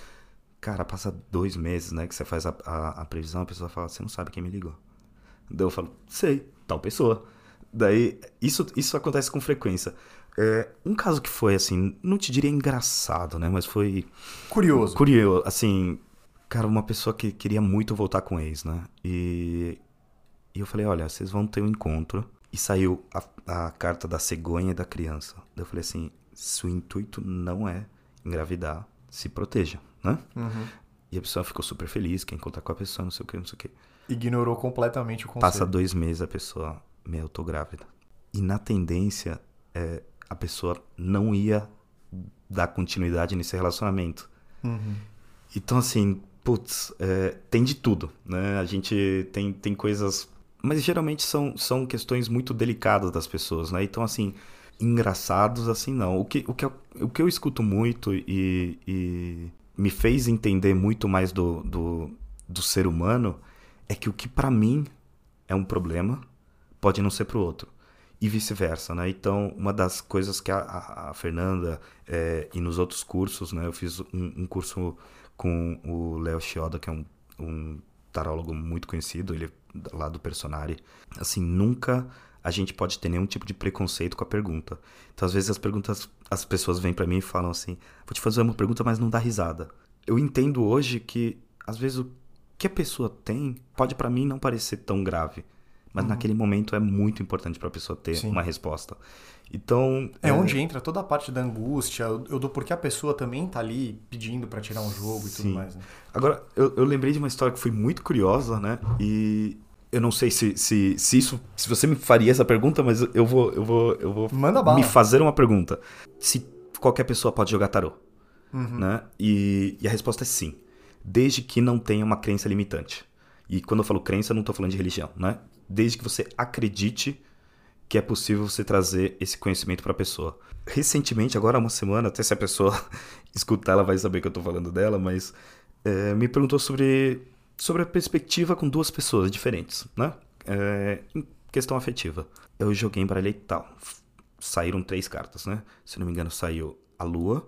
Cara, passa dois meses, né, que você faz a, a, a previsão, a pessoa fala, você não sabe quem me ligou. Daí eu falo, sei, tal pessoa. Daí, isso, isso acontece com frequência. É, um caso que foi, assim, não te diria engraçado, né? Mas foi... Curioso. Curioso, assim... Cara, uma pessoa que queria muito voltar com o ex, né? E, e eu falei, olha, vocês vão ter um encontro. E saiu a, a carta da cegonha e da criança. Daí eu falei assim, se o intuito não é engravidar, se proteja, né? Uhum. E a pessoa ficou super feliz, quer encontrar com a pessoa, não sei o que, não sei o que. Ignorou completamente o conselho. Passa dois meses a pessoa, meu, eu tô grávida. E na tendência, é, a pessoa não ia dar continuidade nesse relacionamento. Uhum. Então, assim, putz, é, tem de tudo, né? A gente tem, tem coisas... Mas geralmente são, são questões muito delicadas das pessoas, né? Então, assim, engraçados, assim, não. O que, o que, eu, o que eu escuto muito e, e me fez entender muito mais do, do, do ser humano é que o que pra mim é um problema pode não ser pro outro. E vice-versa, né? Então, uma das coisas que a, a, a Fernanda é, e nos outros cursos, né? Eu fiz um, um curso com o Léo Chioda, que é um, um tarólogo muito conhecido, ele é lá do Personari. Assim, nunca a gente pode ter nenhum tipo de preconceito com a pergunta. Então, às vezes, as perguntas, as pessoas vêm pra mim e falam assim, vou te fazer uma pergunta, mas não dá risada. Eu entendo hoje que, às vezes, o que a pessoa tem pode pra mim não parecer tão grave. Mas uhum. naquele momento é muito importante para a pessoa ter Sim. uma resposta. Então... É, é onde entra toda a parte da angústia, eu do porquê a pessoa também tá ali pedindo para tirar um jogo e Sim. tudo mais. Né? Agora, eu, eu lembrei de uma história que foi muito curiosa, né? E eu não sei se, se, se isso... Se você me faria essa pergunta, mas eu vou, eu vou, eu vou Manda bala. me fazer uma pergunta. Se qualquer pessoa pode jogar tarô, uhum. né? E, e a resposta é sim. Desde que não tenha uma crença limitante. E quando eu falo crença, eu não estou falando de religião, né? Desde que você acredite que é possível você trazer esse conhecimento para a pessoa. Recentemente, agora há uma semana, até se a pessoa escutar, ela vai saber que eu estou falando dela, mas é, me perguntou sobre, sobre a perspectiva com duas pessoas diferentes, né? É, em questão afetiva. Eu joguei, embaralhei e tal. Saíram três cartas, né? Se não me engano, saiu a lua,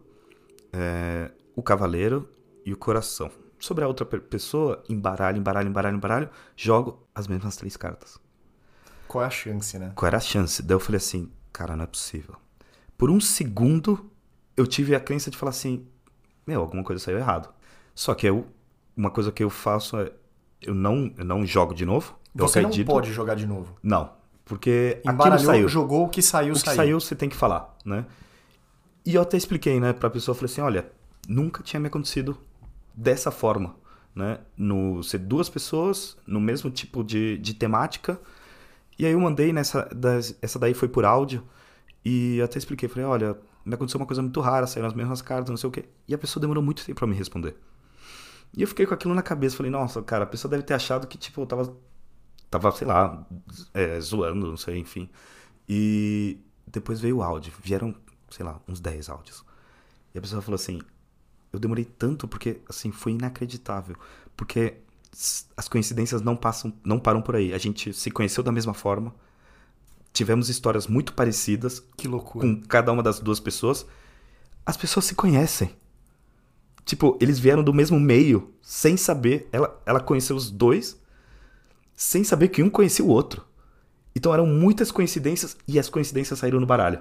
é, o cavaleiro e o coração. Sobre a outra pessoa, embaralho, embaralho, embaralho, embaralho, jogo as mesmas três cartas. Qual é a chance, né? Qual era a chance? Daí eu falei assim, cara, não é possível. Por um segundo, eu tive a crença de falar assim, meu, alguma coisa saiu errado. Só que eu, uma coisa que eu faço é, eu não, eu não jogo de novo. Eu Você acredito. não pode jogar de novo. Não, porque Embaralhou, aquilo saiu. Jogou, o que saiu, o saiu. O que saiu, você tem que falar, né? E eu até expliquei, né, pra pessoa, falei assim, olha, nunca tinha me acontecido dessa forma, né? No, ser duas pessoas no mesmo tipo de, de temática. E aí eu mandei nessa, das, essa daí foi por áudio e até expliquei, falei, olha, me aconteceu uma coisa muito rara, saíram as mesmas cartas, não sei o quê. E a pessoa demorou muito tempo pra me responder. E eu fiquei com aquilo na cabeça, falei, nossa, cara, a pessoa deve ter achado que, tipo, eu tava, tava sei lá, é, zoando, não sei, enfim. E depois veio o áudio, vieram, sei lá, uns dez áudios. E a pessoa falou assim, eu demorei tanto porque, assim, foi inacreditável. Porque as coincidências não passam, não param por aí. A gente se conheceu da mesma forma. Tivemos histórias muito parecidas. Que loucura. Com cada uma das duas pessoas. As pessoas se conhecem. Tipo, eles vieram do mesmo meio, sem saber. Ela, ela conheceu os dois, sem saber que um conhecia o outro. Então eram muitas coincidências e as coincidências saíram no baralho.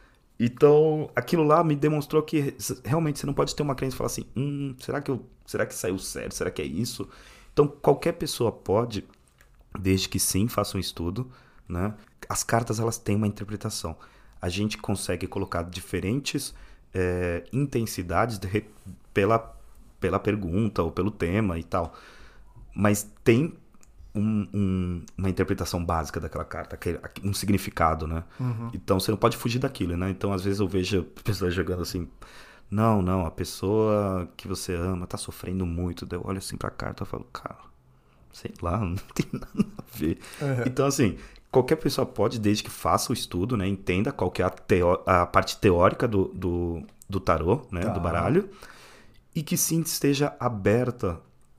Então, aquilo lá me demonstrou que realmente você não pode ter uma crença e falar assim, hum, será que, eu, será que saiu sério? Será que é isso? Então, qualquer pessoa pode, desde que sim, faça um estudo, né? As cartas, elas têm uma interpretação. A gente consegue colocar diferentes é, intensidades de, pela, pela pergunta ou pelo tema e tal. Mas tem um, um, uma interpretação básica daquela carta, um significado, né? Uhum. Então você não pode fugir daquilo, né? Então às vezes eu vejo pessoas jogando assim, não, não, a pessoa que você ama tá sofrendo muito. Daí eu olho assim pra carta e falo, cara, sei lá, não tem nada a ver. Uhum. Então assim, qualquer pessoa pode, desde que faça o estudo, né? Entenda qual que é a, teo- a parte teórica do, do, do tarô, né? Tá. Do baralho. E que sim esteja aberta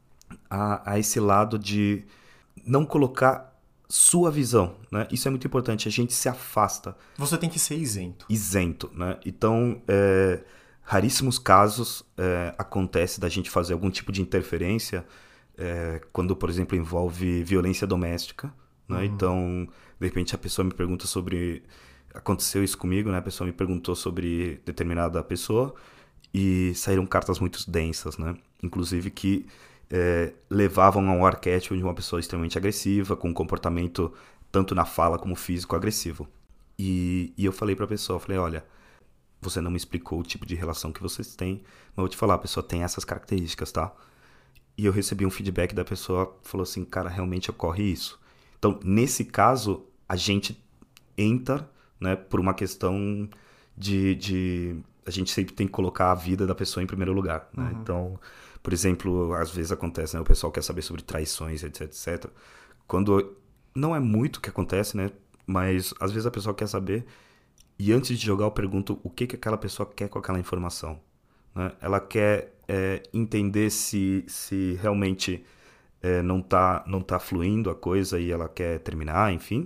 a, a esse lado de não colocar sua visão, né? Isso é muito importante, a gente se afasta. Você tem que ser isento. Isento, né? Então, é, raríssimos casos é, acontece da gente fazer algum tipo de interferência é, quando, por exemplo, envolve violência doméstica, né? Uhum. Então, de repente a pessoa me pergunta sobre... Aconteceu isso comigo, né? A pessoa me perguntou sobre determinada pessoa e saíram cartas muito densas, né? Inclusive que É, levavam a um arquétipo de uma pessoa extremamente agressiva, com um comportamento tanto na fala como físico agressivo. E, e eu falei pra pessoa, eu falei, olha, você não me explicou o tipo de relação que vocês têm, mas eu vou te falar, a pessoa tem essas características, tá? E eu recebi um feedback da pessoa, falou assim, cara, realmente ocorre isso. Então, nesse caso, a gente entra, né, por uma questão de, de... A gente sempre tem que colocar a vida da pessoa em primeiro lugar, né? Uhum. Então... Por exemplo, às vezes acontece, né? O pessoal quer saber sobre traições, etc, etcétera. Quando não é muito o que acontece, né? Mas às vezes a pessoa quer saber e antes de jogar eu pergunto o que, que aquela pessoa quer com aquela informação, né? Ela quer é, entender se, se realmente é, não tá, não tá fluindo a coisa e ela quer terminar, enfim.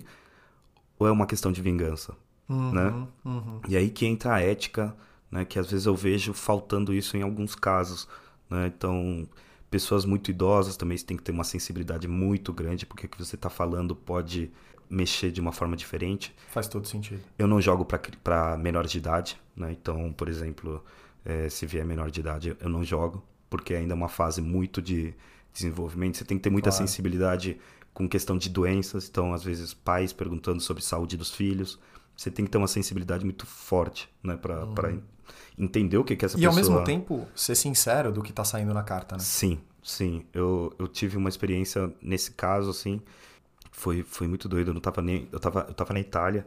Ou é uma questão de vingança, uhum, né? Uhum. E aí que entra a ética, né? Que às vezes eu vejo faltando isso em alguns casos. Né? Então, pessoas muito idosas também têm que ter uma sensibilidade muito grande, porque o que você está falando pode mexer de uma forma diferente. Faz todo sentido. Eu não jogo para menores de idade, né? Então, por exemplo, é, se vier menor de idade, eu não jogo, porque ainda é uma fase muito de desenvolvimento. Você tem que ter muita claro. sensibilidade com questão de doenças. Então, às vezes, pais perguntando sobre saúde dos filhos. Você tem que ter uma sensibilidade muito forte, né? Para uhum. entender o que, que essa e pessoa... E ao mesmo tempo, ser sincero do que tá saindo na carta, né? Sim, sim. Eu, eu tive uma experiência nesse caso, assim, foi, foi muito doido. Eu não tava nem... Eu tava, eu tava na Itália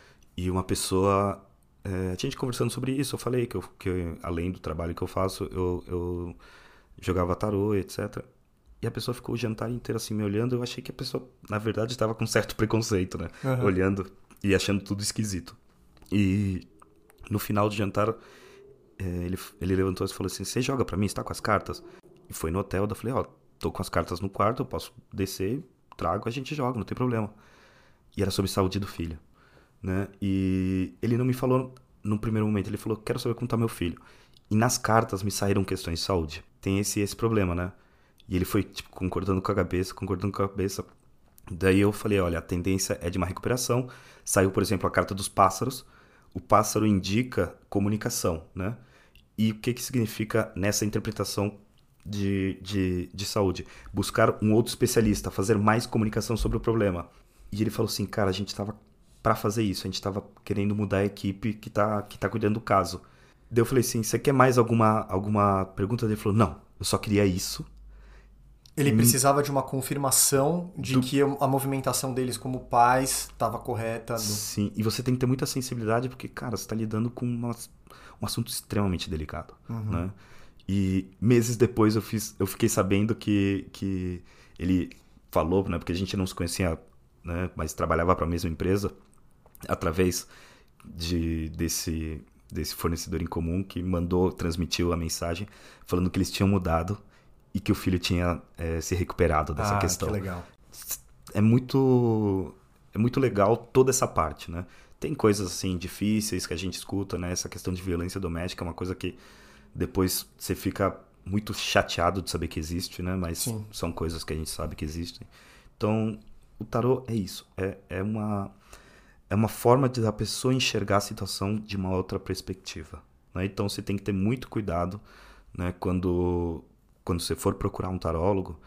e uma pessoa... É, a gente conversando sobre isso, eu falei que, eu, que eu, além do trabalho que eu faço, eu, eu jogava tarô, etcétera. E a pessoa ficou o jantar inteiro assim me olhando. Eu achei que a pessoa, na verdade, estava com certo preconceito, né? Uhum. Olhando e achando tudo esquisito. E no final do jantar... É, ele, ele levantou e falou assim, você joga pra mim, você tá com as cartas? E foi no hotel, eu falei, ó, tô com as cartas no quarto, eu posso descer, trago, a gente joga, não tem problema. E era sobre saúde do filho, né? E ele não me falou no primeiro momento, ele falou, quero saber como tá meu filho. E nas cartas me saíram questões de saúde. Tem esse, esse problema, né? E ele foi, tipo, concordando com a cabeça, concordando com a cabeça. Daí eu falei, olha, a tendência é de uma recuperação. Saiu, por exemplo, a carta dos pássaros. O pássaro indica comunicação, né? E o que, que significa nessa interpretação de, de, de saúde? Buscar um outro especialista, fazer mais comunicação sobre o problema. E ele falou assim, cara, a gente estava para fazer isso, a gente estava querendo mudar a equipe que tá, que tá cuidando do caso. Daí eu falei assim, você quer mais alguma, alguma pergunta? Ele falou, não, eu só queria isso. Ele hum, precisava de uma confirmação de do... que a movimentação deles como pais estava correta. Do... Sim, e você tem que ter muita sensibilidade porque, cara, você está lidando com uma, um assunto extremamente delicado, uhum. né? E meses depois eu, fiz, eu fiquei sabendo que, que ele falou, né? Porque a gente não se conhecia, né? Mas trabalhava para a mesma empresa através de, desse, desse fornecedor em comum que mandou, transmitiu a mensagem falando que eles tinham mudado e que o filho tinha é, se recuperado dessa ah, questão. Que legal. É muito, é muito legal toda essa parte, né? Tem coisas assim difíceis que a gente escuta, né? Essa questão de violência doméstica é uma coisa que depois você fica muito chateado de saber que existe, né? Mas Sim. são coisas que a gente sabe que existem. Então, o tarô é isso. É, é, uma, é uma forma de a pessoa enxergar a situação de uma outra perspectiva, né? Então, você tem que ter muito cuidado, né? Quando... Quando você for procurar um tarólogo,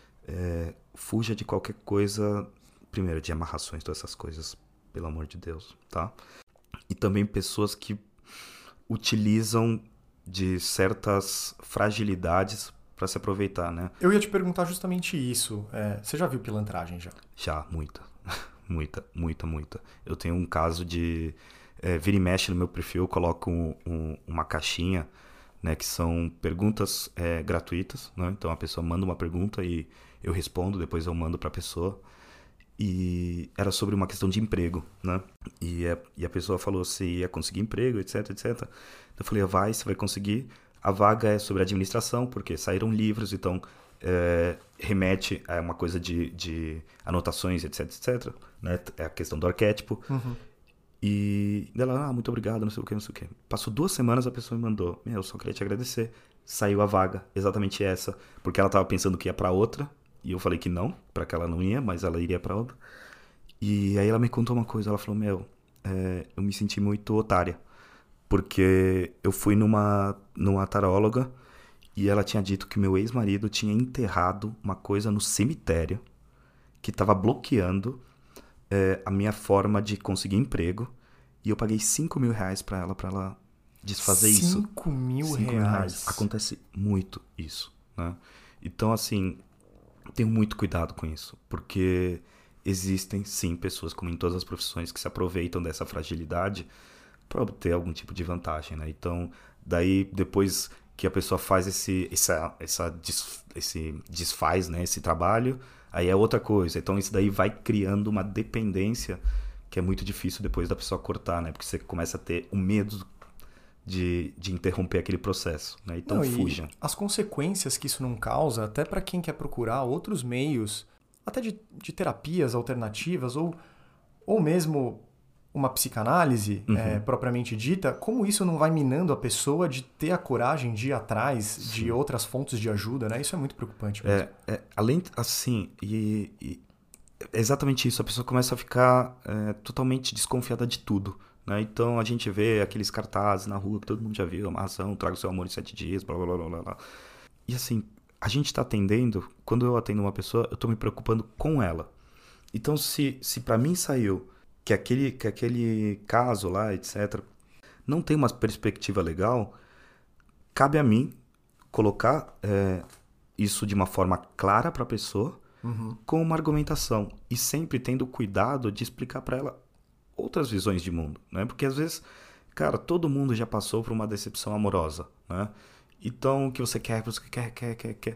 é, fuja de qualquer coisa, primeiro, de amarrações, todas essas coisas, pelo amor de Deus, tá? E também pessoas que utilizam de certas fragilidades para se aproveitar, né? Eu ia te perguntar justamente isso. É, você já viu pilantragem já? Já, muita. muita, muita, muita. Eu tenho um caso de... É, vira e mexe no meu perfil, eu coloco um, um, uma caixinha, né, que são perguntas é, gratuitas, né? Então a pessoa manda uma pergunta e eu respondo, depois eu mando para a pessoa. E era sobre uma questão de emprego, né? E a, e a pessoa falou se ia conseguir emprego, etc, etcétera. Eu falei, vai, você vai conseguir. A vaga é sobre administração, porque saíram livros, então é, remete a uma coisa de, de anotações, etc, etcétera. Né? É a questão do arquétipo. Uhum. E ela, ah, muito obrigado, não sei o que, não sei o que. Passou duas semanas, a pessoa me mandou, meu, eu só queria te agradecer. Saiu a vaga, exatamente essa, porque ela tava pensando que ia pra outra, e eu falei que não, pra que ela não ia, mas ela iria pra outra. E aí ela me contou uma coisa, ela falou, meu, é, eu me senti muito otária, porque eu fui numa, numa taróloga e ela tinha dito que meu ex-marido tinha enterrado uma coisa no cemitério que tava bloqueando É, a minha forma de conseguir emprego, e eu paguei cinco mil reais pra ela, pra ela desfazer isso. cinco mil cinco mil reais. reais. Acontece muito isso, né? Então, assim, tenho muito cuidado com isso, porque existem, sim, pessoas, como em todas as profissões, que se aproveitam dessa fragilidade para obter algum tipo de vantagem, né? Então, daí, depois que a pessoa faz esse, essa, essa des, esse desfaz, né, esse trabalho, aí é outra coisa. Então isso daí vai criando uma dependência que é muito difícil depois da pessoa cortar, né? Porque você começa a ter o medo de, de interromper aquele processo, né? Então Não, fujam. As consequências que isso não causa, até para quem quer procurar outros meios, até de, de terapias alternativas, ou, ou mesmo uma psicanálise uhum. é, propriamente dita, como isso não vai minando a pessoa de ter a coragem de ir atrás Sim. de outras fontes de ajuda, né? Isso é muito preocupante mesmo. É, é, além, assim, e, e é exatamente isso, a pessoa começa a ficar é, totalmente desconfiada de tudo, né? Então a gente vê aqueles cartazes na rua que todo mundo já viu, amarração, traga o seu amor em sete dias, blá, blá, blá, blá, blá. E assim, a gente está atendendo, quando eu atendo uma pessoa, eu estou me preocupando com ela. Então se, se para mim saiu que aquele, que aquele caso lá, etcétera, não tem uma perspectiva legal, cabe a mim colocar é, isso de uma forma clara para a pessoa, uhum. com uma argumentação, e sempre tendo cuidado de explicar para ela outras visões de mundo, né? Porque às vezes, cara, todo mundo já passou por uma decepção amorosa, né? Então, o que você quer, você quer, quer, quer, quer,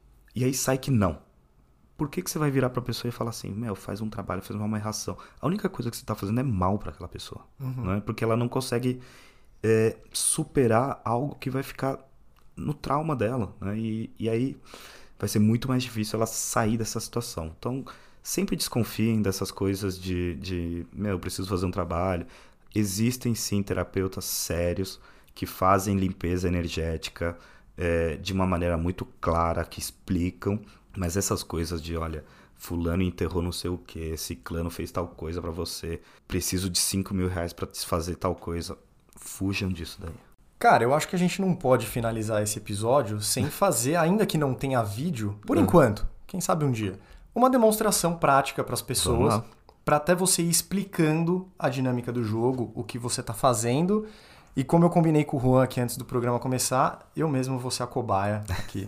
e aí sai que não. Por que, que você vai virar pra pessoa e falar assim, meu, faz um trabalho, faz uma amarração? A única coisa que você tá fazendo é mal para aquela pessoa, uhum. né? Porque ela não consegue é, superar algo que vai ficar no trauma dela, né? E, e aí vai ser muito mais difícil ela sair dessa situação. Então, sempre desconfiem dessas coisas de, de meu, eu preciso fazer um trabalho. Existem, sim, terapeutas sérios que fazem limpeza energética é, de uma maneira muito clara, que explicam. Mas essas coisas de, olha, fulano enterrou não sei o que, ciclano fez tal coisa pra você, preciso de cinco mil reais pra desfazer tal coisa, fujam disso daí. Cara, eu acho que a gente não pode finalizar esse episódio sem fazer, ainda que não tenha vídeo, por enquanto, quem sabe um dia, uma demonstração prática pras pessoas, pra até você ir explicando a dinâmica do jogo, o que você tá fazendo. E como eu combinei com o Juan aqui antes do programa começar, eu mesmo vou ser a cobaia aqui.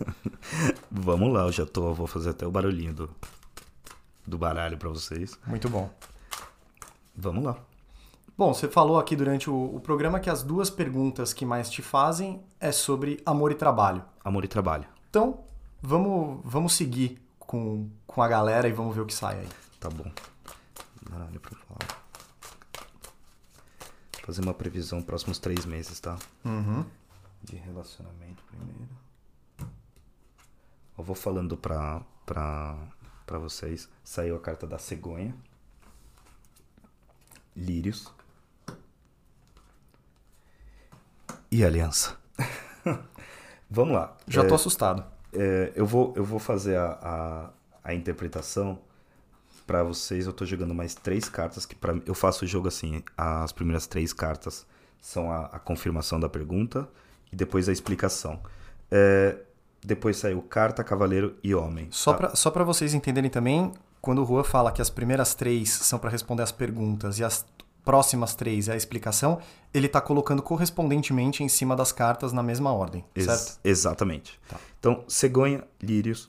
Vamos lá, eu já tô, vou fazer até o barulhinho do, do baralho pra vocês. Muito bom. Vamos lá. Bom, você falou aqui durante o, o programa que as duas perguntas que mais te fazem é sobre amor e trabalho. Amor e trabalho. Então, vamos, vamos seguir com, com a galera e vamos ver o que sai aí. Tá bom. Baralho pra falar. Fazer uma previsão próximos três meses, tá? Uhum. De relacionamento primeiro. Eu vou falando pra, pra, pra vocês. Saiu a carta da cegonha. Lírios. E aliança. Vamos lá. Já é, tô assustado. É, eu, vou, eu vou fazer a, a, a interpretação. Pra vocês, eu tô jogando mais três cartas, que pra, eu faço o jogo assim, as primeiras três cartas são a, a confirmação da pergunta e depois a explicação. É, depois saiu carta, cavaleiro e homem. Só, tá? pra, só pra vocês entenderem também, quando o Juan fala que as primeiras três são pra responder as perguntas e as próximas três é a explicação, ele está colocando correspondentemente em cima das cartas na mesma ordem, Ex- certo? Exatamente. Tá. Então, cegonha, lírios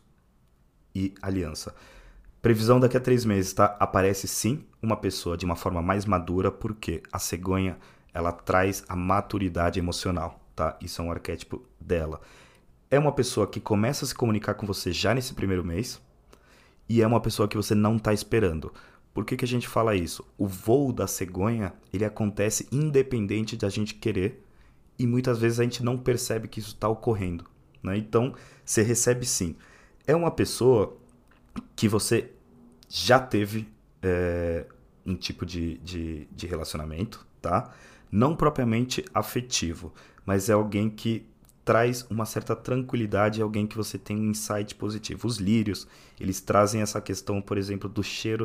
e aliança. Previsão daqui a três meses, tá? Aparece sim uma pessoa de uma forma mais madura, porque a cegonha, ela traz a maturidade emocional, tá? Isso é um arquétipo dela. É uma pessoa que começa a se comunicar com você já nesse primeiro mês e é uma pessoa que você não está esperando. Por que que a gente fala isso? O voo da cegonha, ele acontece independente de a gente querer e muitas vezes a gente não percebe que isso está ocorrendo, né? Então, você recebe sim. É uma pessoa que você já teve é, um tipo de, de, de relacionamento, tá? Não propriamente afetivo, mas é alguém que traz uma certa tranquilidade, é alguém que você tem um insight positivo. Os lírios, eles trazem essa questão, por exemplo, do cheiro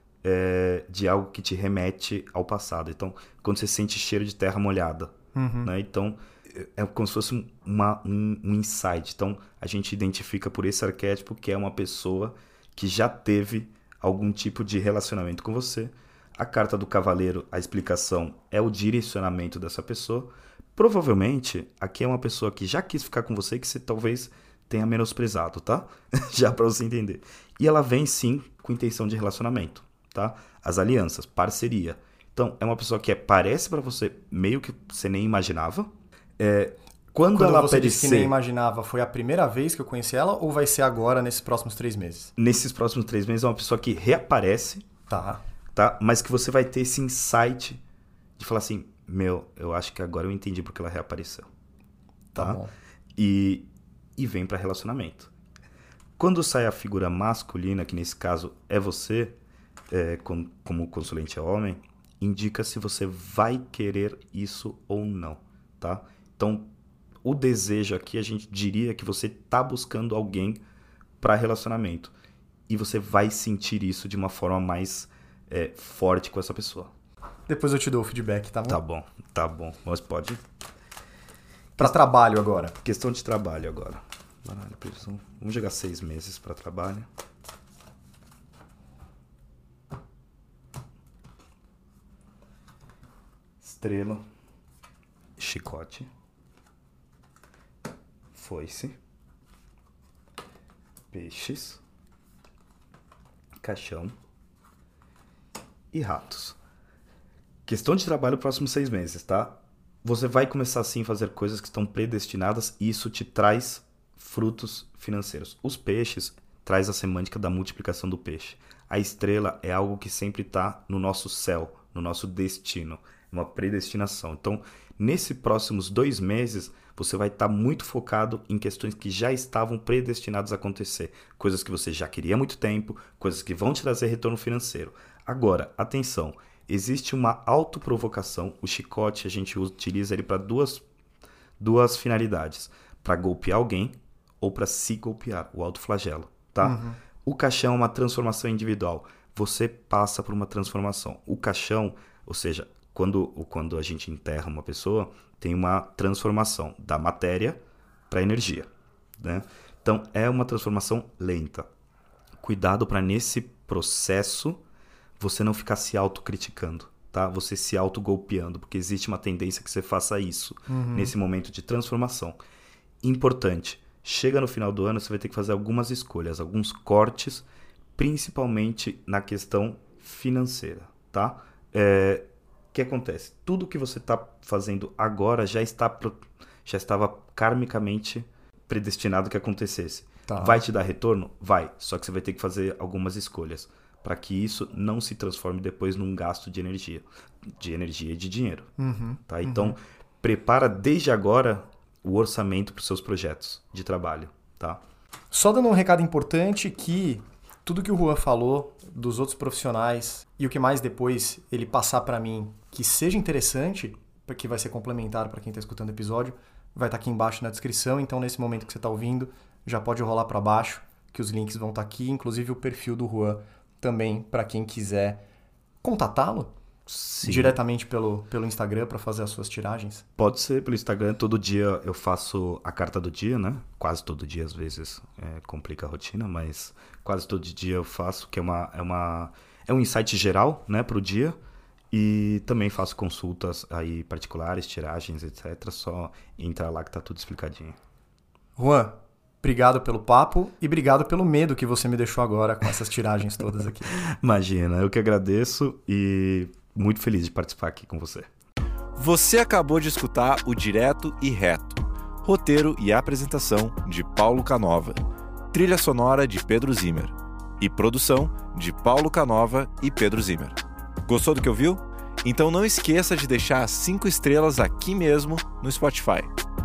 é, de algo que te remete ao passado. Então, quando você sente cheiro de terra molhada, Uhum. né? Então, é como se fosse uma, um, um insight. Então, a gente identifica por esse arquétipo que é uma pessoa que já teve algum tipo de relacionamento com você. A carta do cavaleiro, a explicação é o direcionamento dessa pessoa. Provavelmente, aqui é uma pessoa que já quis ficar com você, que você talvez tenha menosprezado, tá? Já para você entender. E ela vem sim com intenção de relacionamento, tá? As alianças, parceria. Então, é uma pessoa que é, parece para você meio que você nem imaginava. É, quando, Quando ela você aparecer... disse que nem imaginava, foi a primeira vez que eu conheci ela ou vai ser agora, nesses próximos três meses? Nesses próximos três meses é uma pessoa que reaparece, Tá. tá? Mas que você vai ter esse insight de falar assim, meu, eu acho que agora eu entendi porque ela reapareceu. Tá, Tá? bom. E, e vem para relacionamento. Quando sai a figura masculina, que nesse caso é você, é, com, como o consulente é homem, indica se você vai querer isso ou não, tá? Então, o desejo aqui, a gente diria que você tá buscando alguém para relacionamento. E você vai sentir isso de uma forma mais é, forte com essa pessoa. Depois eu te dou o feedback, tá bom? Tá bom, tá bom. Mas pode... Pra trabalho agora. Questão de trabalho agora. Baralho, previsão. Vamos jogar seis meses para trabalho. Estrela. Chicote. Foice. Peixes. Caixão. E ratos. Questão de trabalho próximos seis meses, tá? Você vai começar sim a fazer coisas que estão predestinadas e isso te traz frutos financeiros. Os peixes traz a semântica da multiplicação do peixe. A estrela é algo que sempre está no nosso céu, no nosso destino, uma predestinação. Então, nesses próximos dois meses, você vai estar muito focado em questões que já estavam predestinadas a acontecer. Coisas que você já queria há muito tempo, coisas que vão te trazer retorno financeiro. Agora, atenção, existe uma autoprovocação. O chicote, a gente utiliza ele para duas, duas finalidades. Para golpear alguém ou para se golpear, o autoflagelo, tá? Uhum. O caixão é uma transformação individual. Você passa por uma transformação. O caixão, ou seja, quando, quando a gente enterra uma pessoa, tem uma transformação da matéria para energia, né? Então, é uma transformação lenta. Cuidado para nesse processo você não ficar se autocriticando, tá? Você se autogolpeando, porque existe uma tendência que você faça isso uhum. nesse momento de transformação. Importante, chega no final do ano, você vai ter que fazer algumas escolhas, alguns cortes, principalmente na questão financeira, tá? É, o que acontece? Tudo que você está fazendo agora já, está, já estava karmicamente predestinado que acontecesse. Tá. Vai te dar retorno? Vai, só que você vai ter que fazer algumas escolhas para que isso não se transforme depois num gasto de energia, de energia e de dinheiro. Uhum, tá? Então, uhum. prepara desde agora o orçamento para os seus projetos de trabalho. Tá? Só dando um recado importante que tudo que o Juan falou dos outros profissionais e o que mais depois ele passar para mim que seja interessante, que vai ser complementar para quem está escutando o episódio, vai estar tá aqui embaixo na descrição. Então, nesse momento que você está ouvindo, já pode rolar para baixo, que os links vão estar tá aqui, inclusive o perfil do Juan também, para quem quiser contatá-lo diretamente pelo, pelo Instagram para fazer as suas tiragens. Pode ser pelo Instagram. Todo dia eu faço a carta do dia, né? Quase todo dia, às vezes é, complica a rotina, mas quase todo dia eu faço, que é, uma, é, uma, é um insight geral, né, para o dia. E também faço consultas aí particulares, tiragens, etcétera. Só entrar lá que tá tudo explicadinho. Juan, obrigado pelo papo e obrigado pelo medo que você me deixou agora com essas tiragens todas aqui. Imagina, eu que agradeço e muito feliz de participar aqui com você. Você acabou de escutar o Direto e Reto. Roteiro e apresentação de Paulo Canova. Trilha sonora de Pedro Zimmer. E produção de Paulo Canova e Pedro Zimmer. Gostou do que ouviu? Então não esqueça de deixar as cinco estrelas aqui mesmo no Spotify.